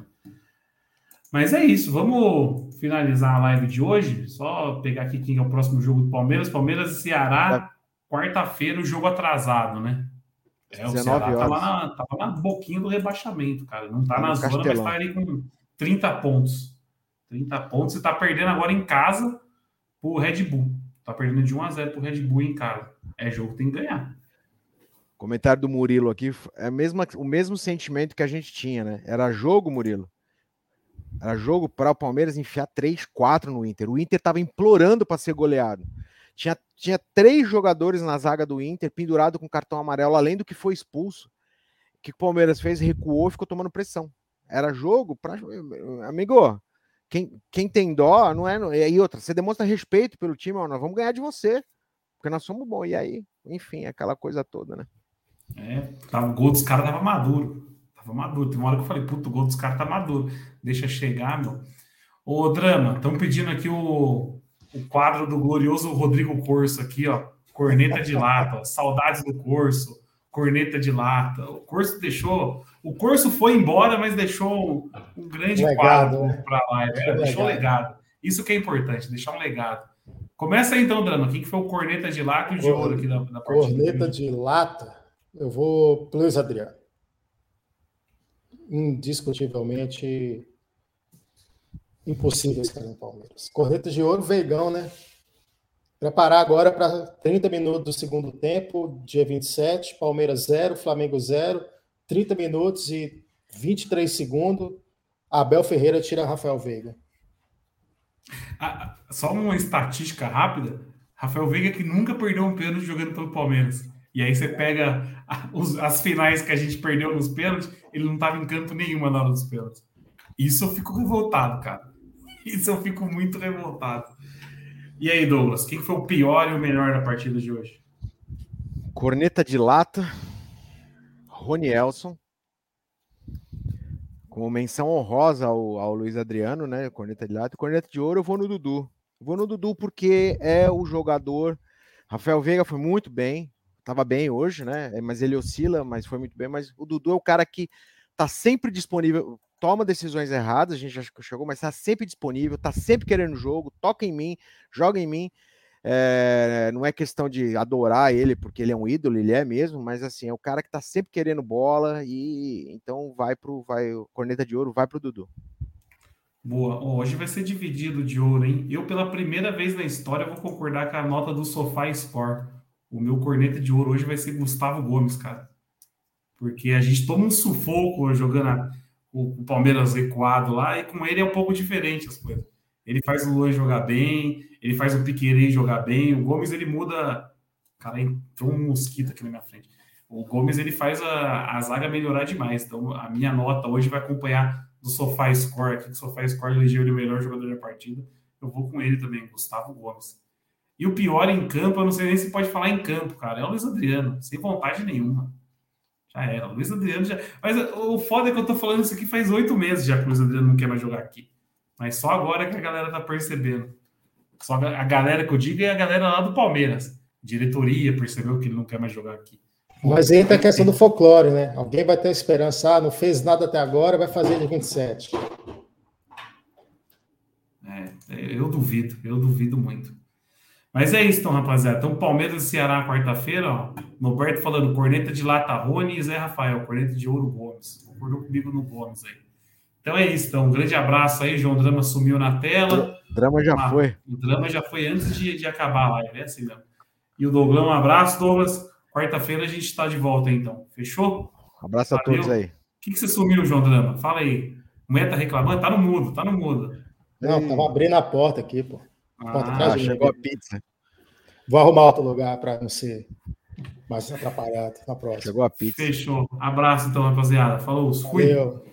Mas é isso. Vamos finalizar a live de hoje. Só pegar aqui quem é o próximo jogo do Palmeiras. Palmeiras e Ceará, é. quarta-feira, o jogo atrasado, né? É, o Ceará tá lá, na, tá lá na boquinha do rebaixamento, cara. Não tá, tá na zona, mas tá ali com trinta pontos. trinta pontos e tá perdendo agora em casa pro Red Bull. Tá perdendo de um a zero pro Red Bull em casa. É jogo que tem que ganhar. Comentário do Murilo aqui, é a mesma, o mesmo sentimento que a gente tinha, né? Era jogo, Murilo. Era jogo para o Palmeiras enfiar três, quatro no Inter. O Inter estava implorando para ser goleado. Tinha, tinha três jogadores na zaga do Inter pendurado com cartão amarelo, além do que foi expulso. O que o Palmeiras fez? Recuou e ficou tomando pressão. Era jogo para... Amigo, quem, quem tem dó, não é... E outra, você demonstra respeito pelo time, ó, nós vamos ganhar de você, porque nós somos bons. E aí, enfim, aquela coisa toda, né? É, tá, o gol dos caras tava maduro. Tava maduro. Tem uma hora que eu falei, puto, o gol dos caras tá maduro. Deixa chegar, meu. Ô, Drama, estão pedindo aqui o, o quadro do glorioso Rodrigo Corso aqui, ó. Corneta de lata, ó. Saudades do Corso. Corneta de lata. O Corso deixou... O Corso foi embora, mas deixou um, um grande legado, quadro né? Pra lá. É, deixou um legado. Isso que é importante, deixar um legado. Começa aí então, Drama. Quem que foi o corneta de lata e o de ouro aqui da, da partida? Corneta de lata... Eu vou pro Luiz Adriano. Indiscutivelmente impossível esse cara no Palmeiras. Corneta de ouro, Veigão, né? Preparar agora para trinta minutos do segundo tempo, dia vinte e sete, Palmeiras zero, Flamengo zero, trinta minutos e vinte e três segundos, Abel Ferreira tira Rafael Veiga. Ah, só uma estatística rápida, Rafael Veiga que nunca perdeu um pênalti jogando pelo Palmeiras. E aí você pega as finais que a gente perdeu nos pênaltis, ele não estava em campo nenhuma na hora dos pênaltis. Isso eu fico revoltado, cara. Isso eu fico muito revoltado. E aí, Douglas, quem foi o pior e o melhor da partida de hoje? Corneta de lata, Ronielson. Como menção honrosa ao, ao Luiz Adriano, né? Corneta de lata. Corneta de ouro, eu vou no Dudu. Eu vou no Dudu porque é o jogador... Rafael Veiga foi muito bem. Tava bem hoje, né? Mas ele oscila, mas foi muito bem. Mas o Dudu é o cara que tá sempre disponível, toma decisões erradas, a gente já chegou, mas tá sempre disponível, tá sempre querendo o jogo, toca em mim, joga em mim. É, não é questão de adorar ele, porque ele é um ídolo, ele é mesmo, mas assim, é o cara que tá sempre querendo bola e então vai pro vai, o corneta de ouro vai pro Dudu. Boa. Hoje vai ser dividido de ouro, hein? Eu, pela primeira vez na história, vou concordar com a nota do Sofá Score. O meu corneta de ouro hoje vai ser Gustavo Gomes, cara. Porque a gente toma um sufoco jogando a, o, o Palmeiras recuado lá, e com ele é um pouco diferente as coisas. Ele faz o Luan jogar bem, ele faz o Piquerez jogar bem, o Gomes ele muda... Cara, entrou um mosquito aqui na minha frente. O Gomes ele faz a, a zaga melhorar demais. Então, a minha nota hoje vai acompanhar do Sofá Score aqui, que o Sofá Score elegeu ele o melhor jogador da partida. Eu vou com ele também, Gustavo Gomes. E o pior em campo, eu não sei nem se pode falar em campo, cara, é o Luiz Adriano, sem vontade nenhuma. Já era, o Luiz Adriano já... Mas o foda é que eu tô falando isso aqui faz oito meses já que o Luiz Adriano não quer mais jogar aqui. Mas só agora que a galera tá percebendo. Só a galera que eu digo é a galera lá do Palmeiras. Diretoria percebeu que ele não quer mais jogar aqui. Mas entra a questão do folclore, né? Alguém vai ter esperança, ah, não fez nada até agora, vai fazer de vinte e sete. É, eu duvido, eu duvido muito. Mas é isso, então, rapaziada. Então, Palmeiras e Ceará, quarta-feira, ó. Noberto falando, corneta de lata Rony e Zé Rafael, corneta de ouro Gomes. Concordou comigo no Gomes aí. Então é isso, então. Um grande abraço aí, João Drama sumiu na tela. O drama já Ah, foi. O drama já foi antes de, de acabar a live, é assim mesmo. E o Douglão, um abraço, Douglas. Quarta-feira a gente está de volta, então. Fechou? Abraço a Valeu. todos aí. O que, que você sumiu, João Drama? Fala aí. Mulher tá reclamando? Tá no mudo, tá no mudo. Não, tava abrindo a porta aqui, pô. Porta Ah, atrás de mim. Chegou a pizza. Vou arrumar outro lugar para não ser mais atrapalhado na próxima. Chegou a pizza. Fechou. Abraço, então, rapaziada. Falou. Fui. Valeu.